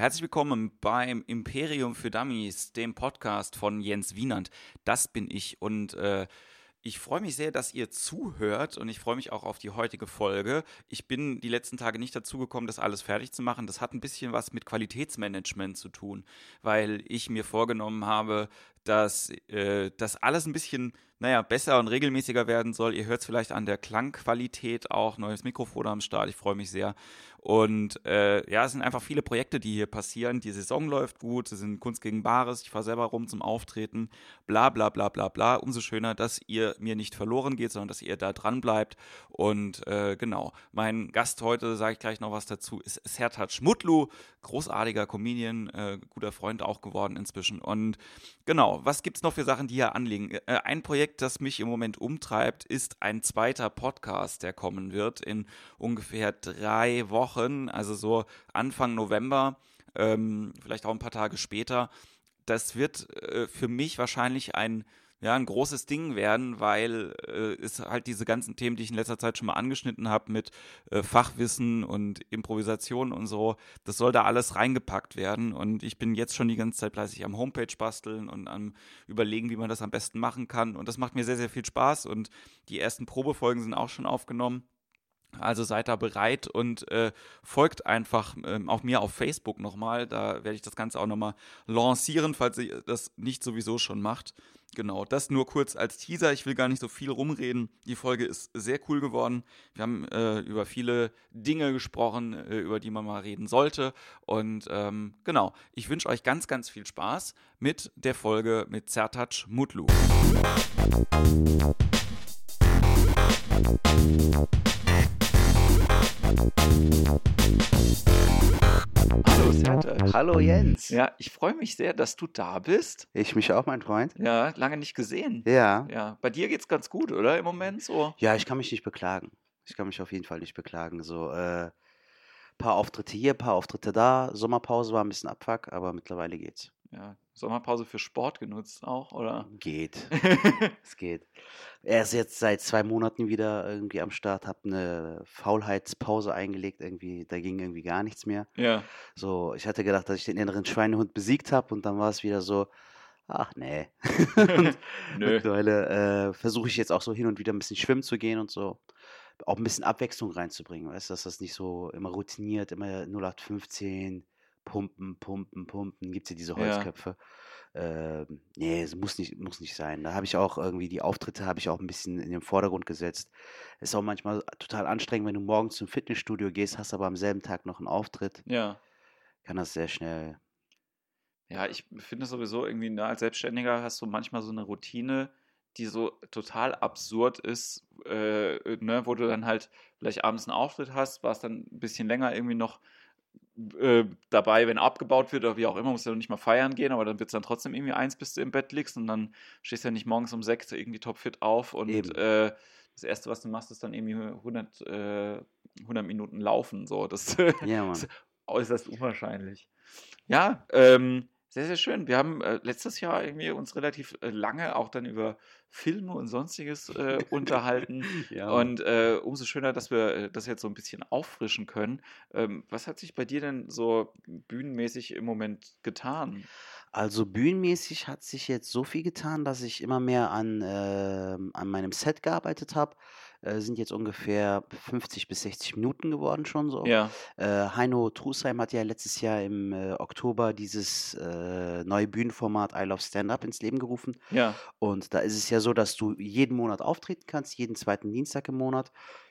herzlich willkommen beim Imperium für Dummies, dem Podcast von Jens Wienand. Das bin ich und ich freue mich sehr, dass ihr zuhört und ich freue mich auch auf die heutige Folge. Ich bin die letzten Tage nicht dazu gekommen, das alles fertig zu machen. Das hat ein bisschen was mit Qualitätsmanagement zu tun, weil ich mir vorgenommen habe, dass das alles ein bisschen, besser und regelmäßiger werden soll. Ihr hört es vielleicht an der Klangqualität auch, neues Mikrofon am Start, ich freue mich sehr. Und es sind einfach viele Projekte, die hier passieren. Die Saison läuft gut, es sind Kunst gegen Bares, ich fahre selber rum zum Auftreten, bla bla bla bla bla. Umso schöner, dass ihr mir nicht verloren geht, sondern dass ihr da dran bleibt. Und genau, mein Gast heute, sage ich gleich noch was dazu, ist Sertaç Mutlu, großartiger Comedian, guter Freund auch geworden inzwischen. Und genau, was gibt es noch für Sachen, die hier anliegen? Ein Projekt, das mich im Moment umtreibt, ist ein zweiter Podcast, der kommen wird in ungefähr 3 Wochen, also so Anfang November, vielleicht auch ein paar Tage später. Das wird für mich wahrscheinlich ein großes Ding werden, weil es halt diese ganzen Themen, die ich in letzter Zeit schon mal angeschnitten habe mit Fachwissen und Improvisation und so, das soll da alles reingepackt werden und ich bin jetzt schon die ganze Zeit fleißig am Homepage basteln und am überlegen, wie man das am besten machen kann und das macht mir sehr, sehr viel Spaß und die ersten Probefolgen sind auch schon aufgenommen. Also seid da bereit und folgt einfach auch mir auf Facebook nochmal. Da werde ich das Ganze auch nochmal lancieren, falls ihr das nicht sowieso schon macht. Genau, das nur kurz als Teaser. Ich will gar nicht so viel rumreden. Die Folge ist sehr cool geworden. Wir haben über viele Dinge gesprochen, über die man mal reden sollte. Und genau, ich wünsche euch ganz, ganz viel Spaß mit der Folge mit Sertaç Mutlu. Hallo Sertaç. Hallo Jens. Ja, ich freue mich sehr, dass du da bist. Ich mich auch, mein Freund. Ja, lange nicht gesehen. Ja. Ja, bei dir geht's ganz gut, oder? Im Moment so? Ja, ich kann mich nicht beklagen. Ich kann mich auf jeden Fall nicht beklagen. So, paar Auftritte hier, paar Auftritte da. Sommerpause war ein bisschen Abfuck, aber mittlerweile geht's. Ja, Sommerpause für Sport genutzt auch, oder? Geht. Es geht. Er ist jetzt seit 2 Monaten wieder irgendwie am Start, hab eine Faulheitspause eingelegt, irgendwie, da ging irgendwie gar nichts mehr. Ja. So, ich hatte gedacht, dass ich den inneren Schweinehund besiegt habe und dann war es wieder so, ach nee. Und Nö. mittlerweile versuche ich jetzt auch so hin und wieder ein bisschen schwimmen zu gehen und so. Auch ein bisschen Abwechslung reinzubringen, weißt du, dass das nicht so immer routiniert, immer 0815, pumpen, pumpen, pumpen, gibt es ja diese Ja. Holzköpfe. Nee, es muss nicht sein. Da habe ich auch irgendwie die Auftritte habe ich auch ein bisschen in den Vordergrund gesetzt. Ist auch manchmal total anstrengend, wenn du morgens zum Fitnessstudio gehst, hast aber am selben Tag noch einen Auftritt, Ja. kann das sehr schnell. Ja, ich finde sowieso irgendwie, als Selbstständiger hast du manchmal so eine Routine, die so total absurd ist, wo du dann halt vielleicht abends einen Auftritt hast, warst dann ein bisschen länger irgendwie noch dabei, wenn abgebaut wird oder wie auch immer, musst du ja noch nicht mal feiern gehen, aber dann wird es dann trotzdem irgendwie 1, bis du im Bett liegst und dann stehst du ja nicht morgens um 6 irgendwie topfit auf und Eben. das Erste, was du machst, ist dann irgendwie 100 Minuten laufen, so, das Ja, ist Mann. äußerst unwahrscheinlich. Ja, sehr, sehr schön. Wir haben letztes Jahr irgendwie uns relativ lange auch dann über Filme und Sonstiges unterhalten. Ja, Mann. Und umso schöner, dass wir das jetzt so ein bisschen auffrischen können. Was hat sich bei dir denn so bühnenmäßig im Moment getan? Also bühnenmäßig hat sich jetzt so viel getan, dass ich immer mehr an meinem Set gearbeitet habe. Sind jetzt ungefähr 50 bis 60 Minuten geworden schon so. Ja, Heino Trusheim hat ja letztes Jahr im Oktober dieses neue Bühnenformat I Love Stand-Up ins Leben gerufen. ja, Und da ist es ja so, dass du jeden Monat auftreten kannst, jeden zweiten Dienstag im Monat.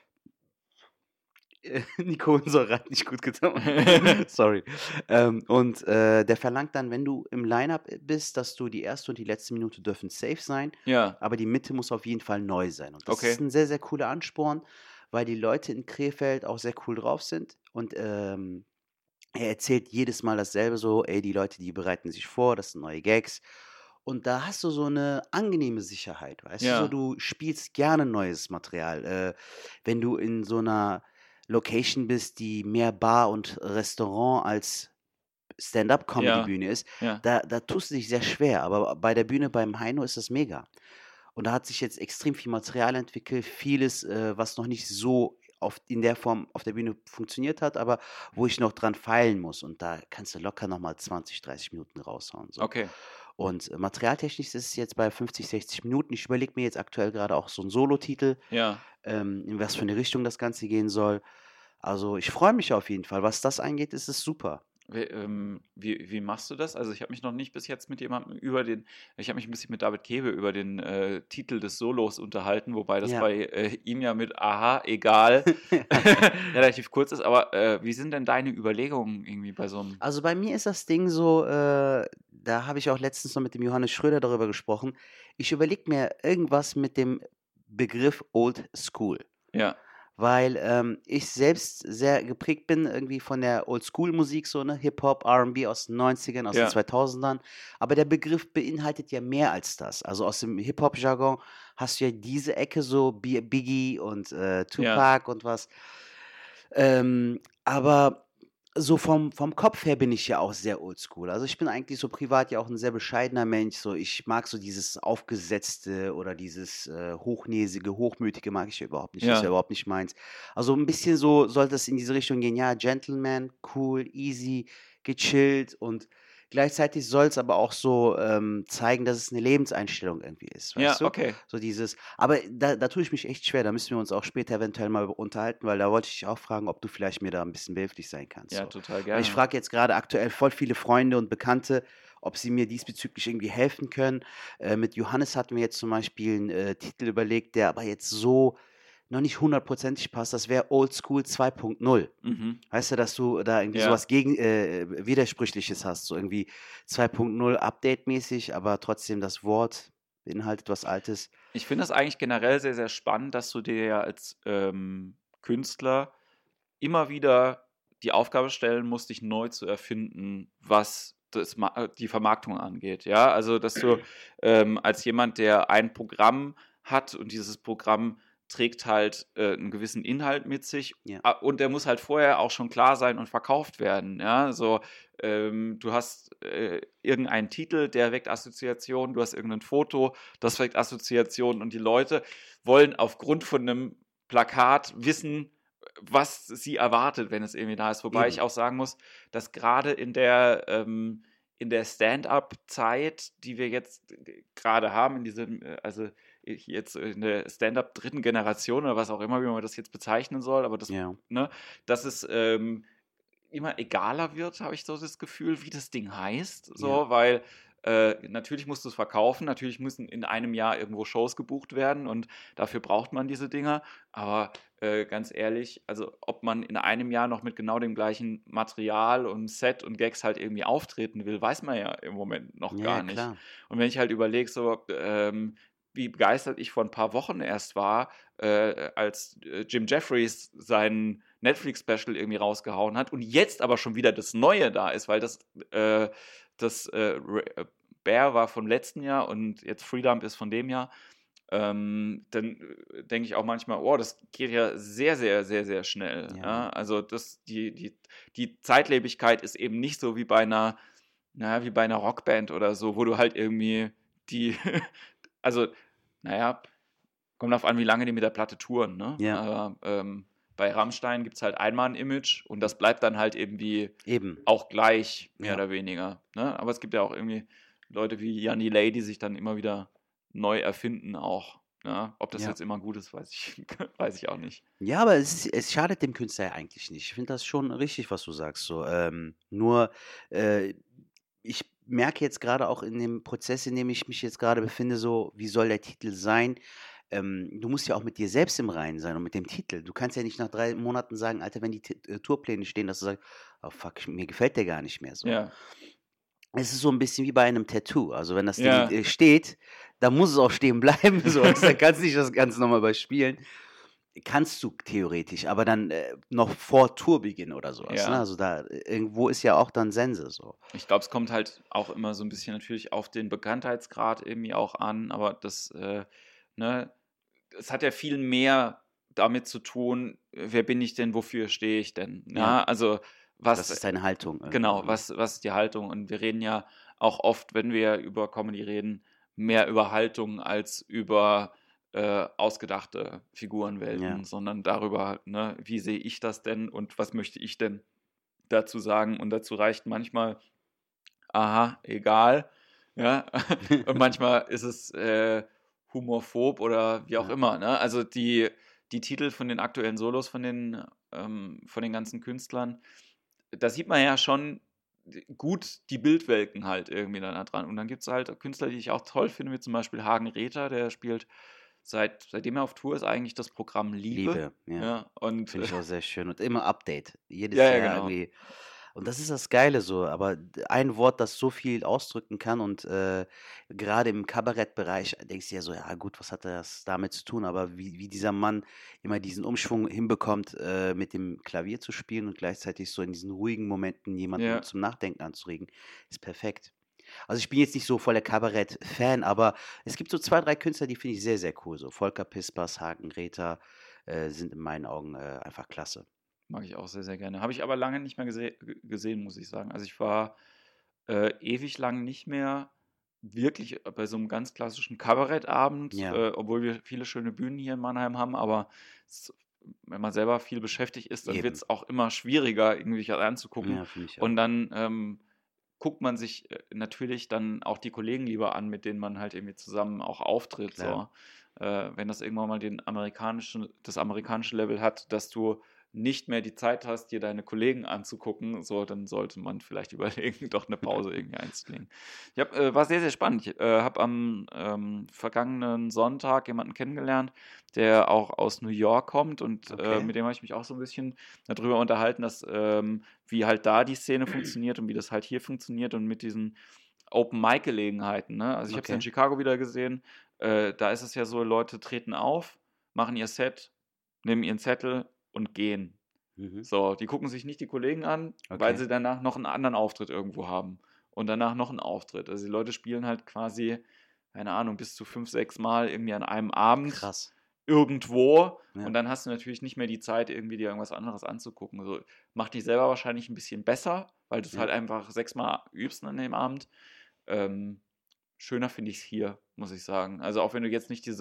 Nico, unser hat nicht gut getan. Sorry. Der verlangt dann, wenn du im Line-Up bist, dass du die erste und die letzte Minute dürfen safe sein, ja, aber die Mitte muss auf jeden Fall neu sein. Und das okay. ist ein sehr, sehr cooler Ansporn, weil die Leute in Krefeld auch sehr cool drauf sind. Und er erzählt jedes Mal dasselbe so, ey, die Leute, die bereiten sich vor, das sind neue Gags. Und da hast du so eine angenehme Sicherheit, weißt du, so Ja, du spielst gerne neues Material. Wenn du in so einer Location bist, die mehr Bar und Restaurant als ja, Stand-up-Comedy-Bühne ist, ja, da tust du dich sehr schwer. Aber bei der Bühne beim Heino ist das mega. Und da hat sich jetzt extrem viel Material entwickelt, vieles, was noch nicht so in der Form auf der Bühne funktioniert hat, aber wo ich noch dran feilen muss. Und da kannst du locker nochmal 20, 30 Minuten raushauen. So. Okay. Und materialtechnisch ist es jetzt bei 50, 60 Minuten. Ich überlege mir jetzt aktuell gerade auch so einen Solo-Titel, Ja. in was für eine Richtung das Ganze gehen soll. Also ich freue mich auf jeden Fall. Was das angeht, ist es super. Wie machst du das? Also ich habe mich noch nicht bis jetzt mit jemandem ich habe mich ein bisschen mit David Kewe über den Titel des Solos unterhalten, wobei das Ja. bei ihm ja mit Aha, egal, relativ kurz ist. Aber wie sind denn deine Überlegungen irgendwie bei so einem... Also bei mir ist das Ding so, da habe ich auch letztens noch mit dem Johannes Schröder darüber gesprochen. Ich überlege mir irgendwas mit dem Begriff Old School. Ja, Weil ich selbst sehr geprägt bin irgendwie von der Oldschool-Musik, so, ne? Hip-Hop, R&B aus den 90ern, aus den ja, 2000ern. Aber der Begriff beinhaltet ja mehr als das. Also aus dem Hip-Hop-Jargon hast du ja diese Ecke so Biggie und ja, Tupac und was. Aber so vom Kopf her bin ich ja auch sehr oldschool. Also ich bin eigentlich so privat ja auch ein sehr bescheidener Mensch. So, ich mag so dieses Aufgesetzte oder dieses Hochnäsige, Hochmütige mag ich ja überhaupt nicht. Das ist ja ja, überhaupt nicht meins. Also ein bisschen so sollte es in diese Richtung gehen. Ja, Gentleman, cool, easy, gechillt und gleichzeitig soll es aber auch so zeigen, dass es eine Lebenseinstellung irgendwie ist, ja, weißt du? okay. So dieses, aber da tue ich mich echt schwer. Da müssen wir uns auch später eventuell mal unterhalten, weil da wollte ich dich auch fragen, ob du vielleicht mir da ein bisschen behilflich sein kannst. Ja, So. total Weil ich gerne. frage jetzt gerade aktuell voll viele Freunde und Bekannte, ob sie mir diesbezüglich irgendwie helfen können. Mit Johannes hatten wir jetzt zum Beispiel einen Titel überlegt, der aber jetzt so noch nicht hundertprozentig passt. Das wäre Old School 2.0. Mhm. Weißt du, dass du da irgendwie Ja. sowas Widersprüchliches hast, so irgendwie 2.0 Update-mäßig, aber trotzdem das Wort beinhaltet was Altes. Ich finde das eigentlich generell sehr, sehr spannend, dass du dir ja als Künstler immer wieder die Aufgabe stellen musst, dich neu zu erfinden, was die Vermarktung angeht. Ja, also dass du als jemand, der ein Programm hat und dieses Programm trägt halt einen gewissen Inhalt mit sich Ja. und der muss halt vorher auch schon klar sein und verkauft werden. Ja, so du hast irgendeinen Titel, der weckt Assoziationen, du hast irgendein Foto, das weckt Assoziationen und die Leute wollen aufgrund von einem Plakat wissen, was sie erwartet, wenn es irgendwie da ist. Wobei ich Eben. auch sagen muss, dass gerade in der Stand-up-Zeit, die wir jetzt gerade haben, in diesem, also jetzt in der Stand-up dritten Generation oder was auch immer, wie man das jetzt bezeichnen soll, aber das, Ja. ne, dass es immer egaler wird, habe ich so das Gefühl, wie das Ding heißt, so, Ja. weil natürlich musst du es verkaufen, natürlich müssen in einem Jahr irgendwo Shows gebucht werden und dafür braucht man diese Dinger, aber ganz ehrlich, also ob man in einem Jahr noch mit genau dem gleichen Material und Set und Gags halt irgendwie auftreten will, weiß man ja im Moment noch Ja, gar ja, nicht. klar. Und wenn ich halt überlege, so wie begeistert ich vor ein paar Wochen erst war, als Jim Jeffries sein Netflix-Special irgendwie rausgehauen hat und jetzt aber schon wieder das Neue da ist, weil das Bear war vom letzten Jahr und jetzt Freedump ist von dem Jahr, dann denke ich auch manchmal, oh, das geht ja sehr, sehr, sehr, sehr schnell. Ja, Ja? Mann. Also die Zeitlebigkeit ist eben nicht so wie bei einer Rockband oder so, wo du halt irgendwie also, naja, kommt darauf an, wie lange die mit der Platte touren, ne? Ja, Aber bei Rammstein gibt es halt einmal ein Image und das bleibt dann halt irgendwie eben. auch gleich, mehr Ja. oder weniger. Ne? Aber es gibt ja auch irgendwie Leute wie Janni Lay, die sich dann immer wieder neu erfinden auch. Ja? Ob das Ja. jetzt immer gut ist, weiß ich auch nicht. Ja, aber es schadet dem Künstler ja eigentlich nicht. Ich finde das schon richtig, was du sagst. So, nur, ich merke jetzt gerade auch in dem Prozess, in dem ich mich jetzt gerade befinde, so, wie soll der Titel sein? Du musst ja auch mit dir selbst im Reinen sein und mit dem Titel. Du kannst ja nicht nach 3 Monaten sagen, Alter, wenn die Tourpläne stehen, dass du sagst, oh fuck, mir gefällt der gar nicht mehr so. Ja, Es ist so ein bisschen wie bei einem Tattoo. Also wenn das Ding ja, steht, dann muss es auch stehen bleiben. So, dann kannst du nicht das Ganze nochmal überspielen. Kannst du theoretisch, aber dann noch vor Tourbeginn oder sowas. Ne? ja. Also da irgendwo ist ja auch dann Sense so. Ich glaube, es kommt halt auch immer so ein bisschen natürlich auf den Bekanntheitsgrad irgendwie auch an, aber ne, es hat ja viel mehr damit zu tun, wer bin ich denn, wofür stehe ich denn? Ja, Ja, also das ist deine Haltung irgendwo. genau, Ne? was ist die Haltung? Und wir reden ja auch oft, wenn wir über Comedy reden, mehr über Haltung als über ausgedachte Figurenwelten, Ja. sondern darüber, ne, wie sehe ich das denn und was möchte ich denn dazu sagen? Und dazu reicht manchmal, aha, egal, ja, und manchmal ist es humorphob oder wie auch Ja. immer, ne? Also die Titel von den aktuellen Solos von den ganzen Künstlern, da sieht man ja schon gut die Bildwelten halt irgendwie da dran. Und dann gibt es halt Künstler, die ich auch toll finde, wie zum Beispiel Hagen Rether, der spielt seitdem er auf Tour ist, eigentlich das Programm Liebe. Liebe, ja. Ja, und Finde ich auch sehr schön und immer Update. ja, Jedes ja, Jahr genau. irgendwie. Und das ist das Geile so, aber ein Wort, das so viel ausdrücken kann und gerade im Kabarettbereich denkst du ja so, ja gut, was hat das damit zu tun? Aber wie dieser Mann immer diesen Umschwung hinbekommt, mit dem Klavier zu spielen und gleichzeitig so in diesen ruhigen Momenten jemanden Ja, zum Nachdenken anzuregen, ist perfekt. Also ich bin jetzt nicht so voll der Kabarett-Fan, aber es gibt so 2, 3 Künstler, die finde ich sehr, sehr cool. So Volker Pispers, Hagen Rether sind in meinen Augen einfach klasse. mag ich auch sehr, sehr gerne. Habe ich aber lange nicht mehr gesehen, muss ich sagen. Also ich war ewig lang nicht mehr wirklich bei so einem ganz klassischen Kabarettabend, Ja, obwohl wir viele schöne Bühnen hier in Mannheim haben, aber es, wenn man selber viel beschäftigt ist, dann wird eben. es auch immer schwieriger, irgendwie sich das anzugucken. Ja, finde ich Und auch. dann guckt man sich natürlich dann auch die Kollegen lieber an, mit denen man halt irgendwie zusammen auch auftritt. Klar. So. Wenn das irgendwann mal das amerikanische Level hat, dass du nicht mehr die Zeit hast, dir deine Kollegen anzugucken, so, dann sollte man vielleicht überlegen, doch eine Pause irgendwie einzulegen. War sehr, sehr spannend. Ich habe am vergangenen Sonntag jemanden kennengelernt, der auch aus New York kommt und Okay. mit dem habe ich mich auch so ein bisschen darüber unterhalten, dass wie halt da die Szene funktioniert und wie das halt hier funktioniert und mit diesen Open-Mic-Gelegenheiten. Ne? Also ich habe es ja in Okay. Chicago wieder gesehen. Da ist es ja so, Leute treten auf, machen ihr Set, nehmen ihren Zettel und gehen. Mhm. So, die gucken sich nicht die Kollegen an, weil Okay. sie danach noch einen anderen Auftritt irgendwo haben. Und danach noch einen Auftritt. Also die Leute spielen halt quasi, keine Ahnung, bis zu 5, 6 Mal irgendwie an einem Abend Krass. irgendwo. Ja. Und dann hast du natürlich nicht mehr die Zeit, irgendwie dir irgendwas anderes anzugucken. Also macht dich selber wahrscheinlich ein bisschen besser, weil du es Ja. halt einfach 6 Mal übst an dem Abend. Ähm, schöner finde ich es hier, muss ich sagen. Also auch wenn du jetzt nicht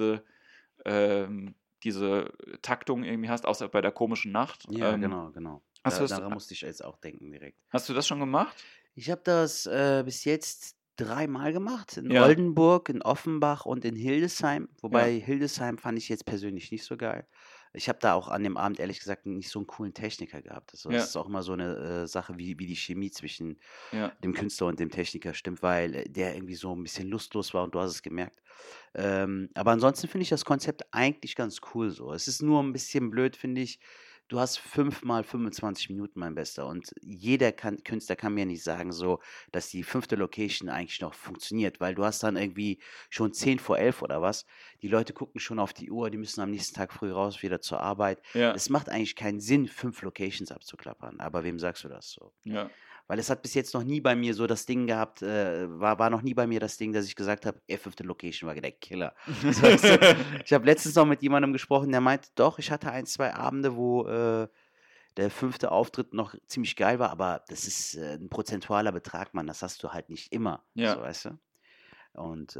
ähm, diese Taktung irgendwie hast, außer bei der komischen Nacht. Ja, genau, genau. Hast du das, Daran musste ich jetzt auch denken direkt. hast du das schon gemacht? Ich habe das bis jetzt 3-mal gemacht. In Ja, Oldenburg, in Offenbach und in Hildesheim. ja, Wobei Hildesheim fand ich jetzt persönlich nicht so geil. Ich habe da auch an dem Abend ehrlich gesagt nicht so einen coolen Techniker gehabt. Das ja, ist auch immer so eine Sache, wie die Chemie zwischen ja, dem Künstler und dem Techniker stimmt, weil der irgendwie so ein bisschen lustlos war und du hast es gemerkt. Aber ansonsten finde ich das Konzept eigentlich ganz cool so. Es ist nur ein bisschen blöd, finde ich. Du hast 5 mal 25 Minuten, mein Bester. Und jeder Künstler kann mir nicht sagen, so, dass die fünfte Location eigentlich noch funktioniert, weil du hast dann irgendwie schon 10 vor 11 oder was. Die Leute gucken schon auf die Uhr, die müssen am nächsten Tag früh raus, wieder zur Arbeit. ja, Es macht eigentlich keinen Sinn, 5 Locations abzuklappern. Aber wem sagst du das so? ja. Weil es hat bis jetzt noch nie bei mir so das Ding gehabt, war noch nie bei mir das Ding, dass ich gesagt habe, fünfte Location war der Killer. So, weißt du? Ich habe letztens noch mit jemandem gesprochen, der meinte, doch, ich hatte 1, 2 Abende, wo der fünfte Auftritt noch ziemlich geil war, aber das ist ein prozentualer Betrag, Mann, das hast du halt nicht immer, so, Ja, weißt du? Und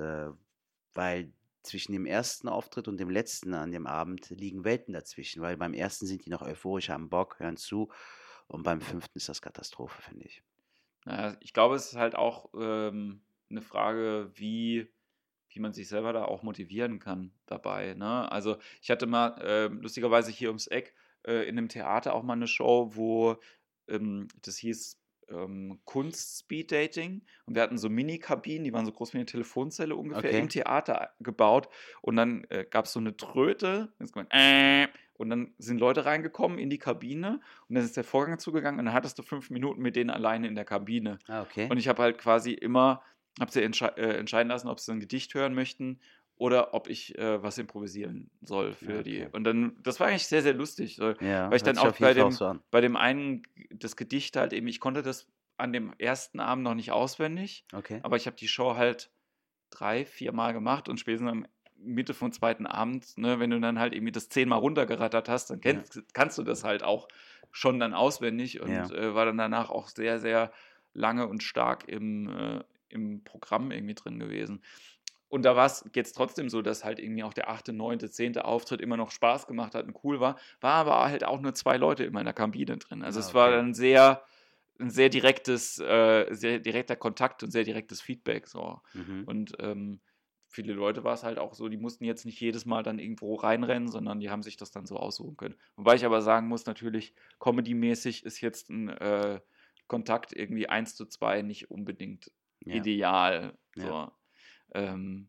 weil zwischen dem ersten Auftritt und dem letzten an dem Abend liegen Welten dazwischen, weil beim ersten sind die noch euphorisch, haben Bock, hören zu und beim fünften ist das Katastrophe, finde ich. naja, ich glaube, es ist halt auch eine Frage, wie man sich selber da auch motivieren kann dabei. Ne? Also ich hatte mal lustigerweise hier ums Eck in einem Theater auch mal eine Show, wo das hieß Kunst-Speed-Dating und wir hatten so Mini-Kabinen, die waren so groß wie eine Telefonzelle ungefähr, im Okay. Theater gebaut und dann gab es so eine Tröte und dann sind Leute reingekommen in die Kabine und dann ist der Vorgang zugegangen und dann hattest du 5 Minuten mit denen alleine in der Kabine. Ah, okay. Und ich habe halt quasi immer, habe sie entscheiden lassen, ob sie ein Gedicht hören möchten oder ob ich was improvisieren soll Ja, für die. okay. Und dann, das war eigentlich sehr, sehr lustig, so, Ja, weil ich hört dann sich auch auf jeden Fall auch so an. bei dem einen, das Gedicht halt eben, ich konnte das an dem ersten Abend noch nicht auswendig, Okay. aber ich habe die Show halt 3, 4 Mal gemacht und spätestens am Mitte vom zweiten Abend, ne, wenn du dann halt irgendwie das 10 Mal runtergerattert hast, dann Ja, kannst du das halt auch schon dann auswendig und ja. war dann danach auch sehr, sehr lange und stark im Programm irgendwie drin gewesen. Und da war es jetzt trotzdem so, dass halt irgendwie auch der 8., 9., 10. Auftritt immer noch Spaß gemacht hat und cool war aber halt auch nur 2 Leute in meiner Kabine drin. Also es war Okay. dann ein sehr direkter Kontakt und sehr direktes Feedback. So. Mhm. Und viele Leute war es halt auch so, die mussten jetzt nicht jedes Mal dann irgendwo reinrennen, sondern die haben sich das dann so aussuchen können. Wobei ich aber sagen muss, natürlich, Comedy-mäßig ist jetzt ein Kontakt irgendwie 1:2 nicht unbedingt Ja, ideal. ja. So. Ähm,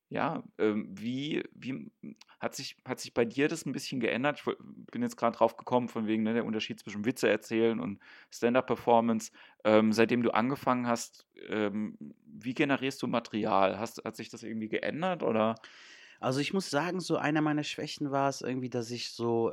wie hat sich bei dir das ein bisschen geändert? Bin jetzt gerade drauf gekommen, von wegen der Unterschied zwischen Witze erzählen und Stand-up-Performance. Seitdem du angefangen hast, wie generierst du Material? Hat sich das irgendwie geändert oder? Also ich muss sagen, so einer meiner Schwächen war es irgendwie, dass ich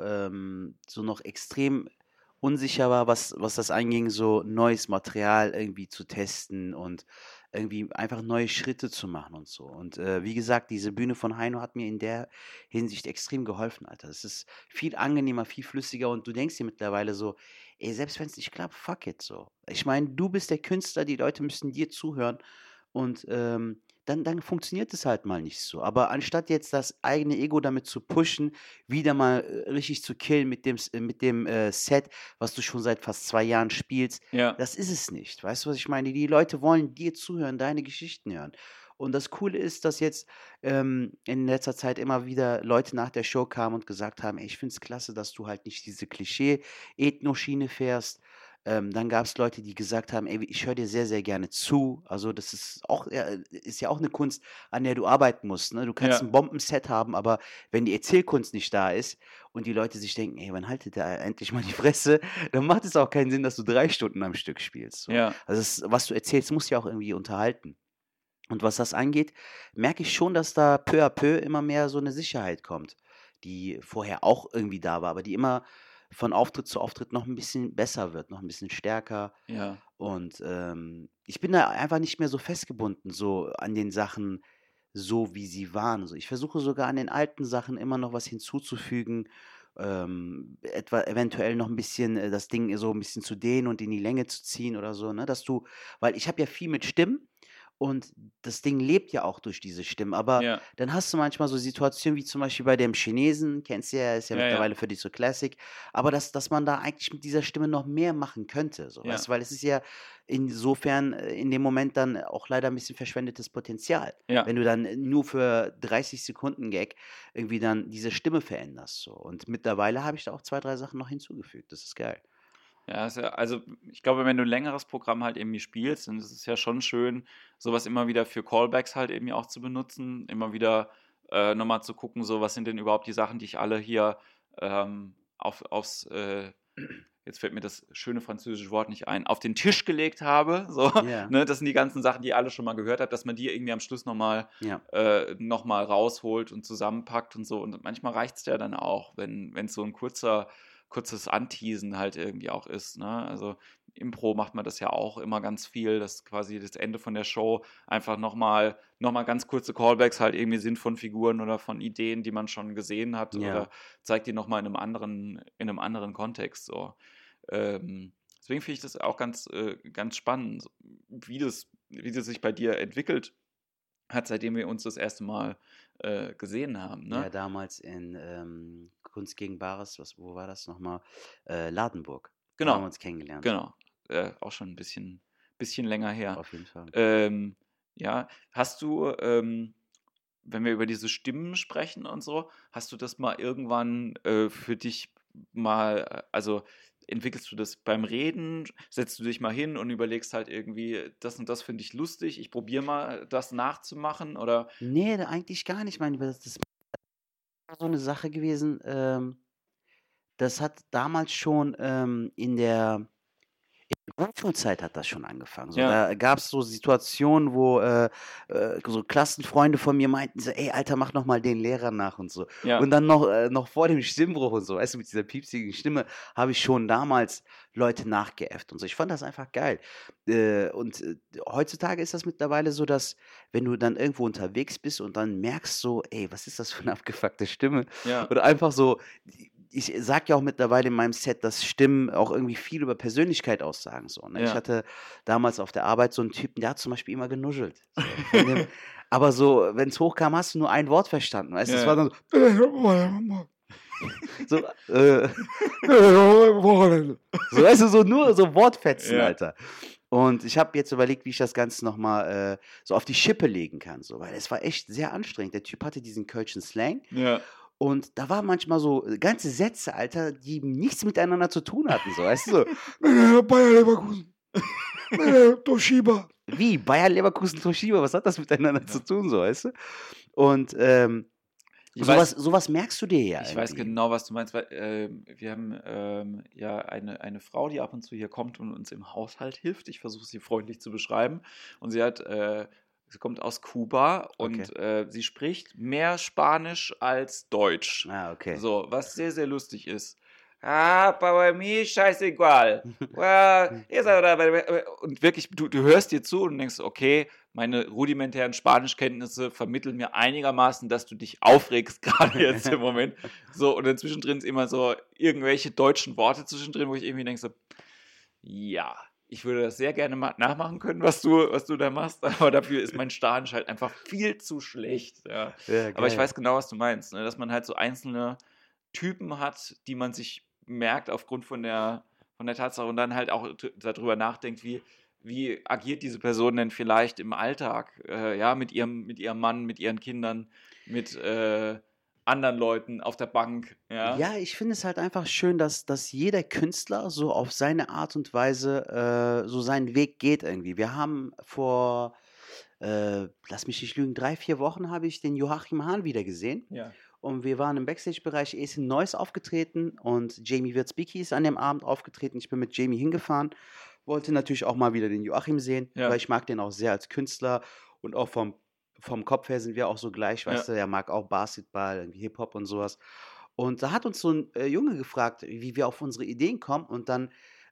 so noch extrem unsicher war, was das anging, so neues Material irgendwie zu testen und irgendwie einfach neue Schritte zu machen und so. Und wie gesagt, diese Bühne von Heino hat mir in der Hinsicht extrem geholfen, Alter. Es ist viel angenehmer, viel flüssiger und du denkst dir mittlerweile so, ey, selbst wenn es nicht klappt, fuck it so. Ich meine, du bist der Künstler, die Leute müssen dir zuhören und dann funktioniert es halt mal nicht so. Aber anstatt jetzt das eigene Ego damit zu pushen, wieder mal richtig zu killen mit dem Set, was du schon seit fast 2 Jahren spielst, Ja, das ist es nicht. Weißt du, was ich meine? Die Leute wollen dir zuhören, deine Geschichten hören. Und das Coole ist, dass jetzt in letzter Zeit immer wieder Leute nach der Show kamen und gesagt haben: „Ey, ich finde es klasse, dass du halt nicht diese Klischee-Ethno-Schiene fährst.“ Dann gab es Leute, die gesagt haben: „Ey, ich höre dir sehr, sehr gerne zu.“ Also, das ist ja auch eine Kunst, an der du arbeiten musst, ne? Du kannst ja, ein Bombenset haben, aber wenn die Erzählkunst nicht da ist und die Leute sich denken: „Ey, wann haltet der endlich mal die Fresse?“, dann macht es auch keinen Sinn, dass du 3 Stunden am Stück spielst, so. ja, Also, was du erzählst, muss ja auch irgendwie unterhalten. Und was das angeht, merke ich schon, dass da peu à peu immer mehr so eine Sicherheit kommt, die vorher auch irgendwie da war, aber die immer von Auftritt zu Auftritt noch ein bisschen besser wird, noch ein bisschen stärker. ja, Und ich bin da einfach nicht mehr so festgebunden, so an den Sachen, so wie sie waren. So, ich versuche sogar an den alten Sachen immer noch was hinzuzufügen, etwa eventuell noch ein bisschen das Ding so ein bisschen zu dehnen und in die Länge zu ziehen oder so, ne, weil ich habe ja viel mit Stimmen und das Ding lebt ja auch durch diese Stimmen, aber ja, dann hast du manchmal so Situationen wie zum Beispiel bei dem Chinesen, kennst du ja, ist ja ja, ja, mittlerweile für dich so Classic, aber dass man da eigentlich mit dieser Stimme noch mehr machen könnte, so, weißt ja, du? Weil es ist ja insofern in dem Moment dann auch leider ein bisschen verschwendetes Potenzial, ja. wenn du dann nur für 30 Sekunden Gag irgendwie dann diese Stimme veränderst, so. Und mittlerweile habe ich da auch 2 3 Sachen noch hinzugefügt. Das ist geil. Ja, also ich glaube, wenn du ein längeres Programm halt irgendwie spielst, dann ist es ja schon schön, sowas immer wieder für Callbacks halt eben auch zu benutzen, immer wieder nochmal zu gucken, so was sind denn überhaupt die Sachen, die ich alle hier jetzt fällt mir das schöne französische Wort nicht ein, auf den Tisch gelegt habe. So, Ja, ne, das sind die ganzen Sachen, die ihr alle schon mal gehört habt, dass man die irgendwie am Schluss ja, noch mal rausholt und zusammenpackt und so. Und manchmal reicht es ja dann auch, wenn es so ein kurzes Anteasen halt irgendwie auch ist. Ne? Also Impro macht man das ja auch immer ganz viel, dass quasi das Ende von der Show einfach noch mal ganz kurze Callbacks halt irgendwie sind von Figuren oder von Ideen, die man schon gesehen hat ja. oder zeigt die noch mal in einem anderen Kontext so. Deswegen finde ich das auch ganz spannend, wie das sich bei dir entwickelt hat, seitdem wir uns das erste Mal gesehen haben, Ja, ne? damals in, Kunst gegen Bares, wo war das nochmal? Ladenburg. Da haben wir Genau, uns kennengelernt, genau. Auch schon ein bisschen länger her. auf jeden Fall. Ähm, ja, hast du, wenn wir über diese Stimmen sprechen und so, hast du das mal irgendwann für dich also entwickelst du das beim Reden, setzt du dich mal hin und überlegst halt irgendwie, das und das finde ich lustig, ich probiere mal das nachzumachen oder Ne, eigentlich gar nicht. Ich meine, das ist so eine Sache gewesen, das hat damals schon, in der Grundschulzeit hat das schon angefangen. So, ja, da gab's so Situationen, wo, so Klassenfreunde von mir meinten so: „Ey, Alter, mach noch mal den Lehrer nach“ und so. ja, Und dann noch vor dem Stimmbruch und so, weißt du, mit dieser piepsigen Stimme habe ich schon damals Leute nachgeäfft und so. Ich fand das einfach geil. Heutzutage ist das mittlerweile so, dass wenn du dann irgendwo unterwegs bist und dann merkst so: „Ey, was ist das für 'ne abgefuckte Stimme?“ ja, Oder einfach so ich sage ja auch mittlerweile in meinem Set, dass Stimmen auch irgendwie viel über Persönlichkeit aussagen. So, ne? Ich Ja. hatte damals auf der Arbeit so einen Typen, der hat zum Beispiel immer genuschelt. So, aber so, wenn es hochkam, hast du nur ein Wort verstanden. Weißt du, es Ja. war dann so, so, weißt du, so nur so Wortfetzen, Ja. Alter. Und ich habe jetzt überlegt, wie ich das Ganze nochmal so auf die Schippe legen kann, so, weil es war echt sehr anstrengend. Der Typ hatte diesen kölschen Slang Ja. und da waren manchmal so ganze Sätze, Alter, die nichts miteinander zu tun hatten, so, weißt du, so, Bayer Leverkusen, Toshiba. Wie? Bayer Leverkusen, Toshiba, was hat das miteinander zu tun, so, weißt du? Und Ich weiß, sowas merkst du dir ja ich weiß irgendwie. genau, was du meinst, weil wir haben ja eine Frau, die ab und zu hier kommt und uns im Haushalt hilft. Ich versuche sie freundlich zu beschreiben. Und sie kommt aus Kuba und sie spricht mehr Spanisch als Deutsch. Ah, okay. So, was sehr, sehr lustig ist. Ah, para mí scheißegal. Well, und wirklich, du hörst dir zu und denkst, okay, meine rudimentären Spanischkenntnisse vermitteln mir einigermaßen, dass du dich aufregst, gerade jetzt im Moment. So, und dann zwischendrin ist immer so irgendwelche deutschen Worte zwischendrin, wo ich irgendwie denke so, ja, ich würde das sehr gerne nachmachen können, was du da machst, aber dafür ist mein Spanisch halt einfach viel zu schlecht. Ja. Ja, Aber ich geil. weiß genau, was du meinst, ne? Dass man halt so einzelne Typen hat, die man sich merkt aufgrund von der Tatsache und dann halt auch darüber nachdenkt, wie agiert diese Person denn vielleicht im Alltag, ja, mit ihrem Mann, mit ihren Kindern, mit anderen Leuten auf der Bank, ja. Ja, ich finde es halt einfach schön, dass jeder Künstler so auf seine Art und Weise so seinen Weg geht irgendwie. Wir haben vor, lass mich nicht lügen, 3, 4 Wochen habe ich den Joachim Hahn wieder gesehen. Ja. Und wir waren im Backstage-Bereich, er ist in Neuss aufgetreten und Jamie Wirzbicki ist an dem Abend aufgetreten. Ich bin mit Jamie hingefahren, wollte natürlich auch mal wieder den Joachim sehen, Ja. weil ich mag den auch sehr als Künstler und auch vom Kopf her sind wir auch so gleich, weißt du, er mag auch Basketball, irgendwie Hip-Hop und sowas. Und da hat uns so ein Junge gefragt, wie wir auf unsere Ideen kommen und dann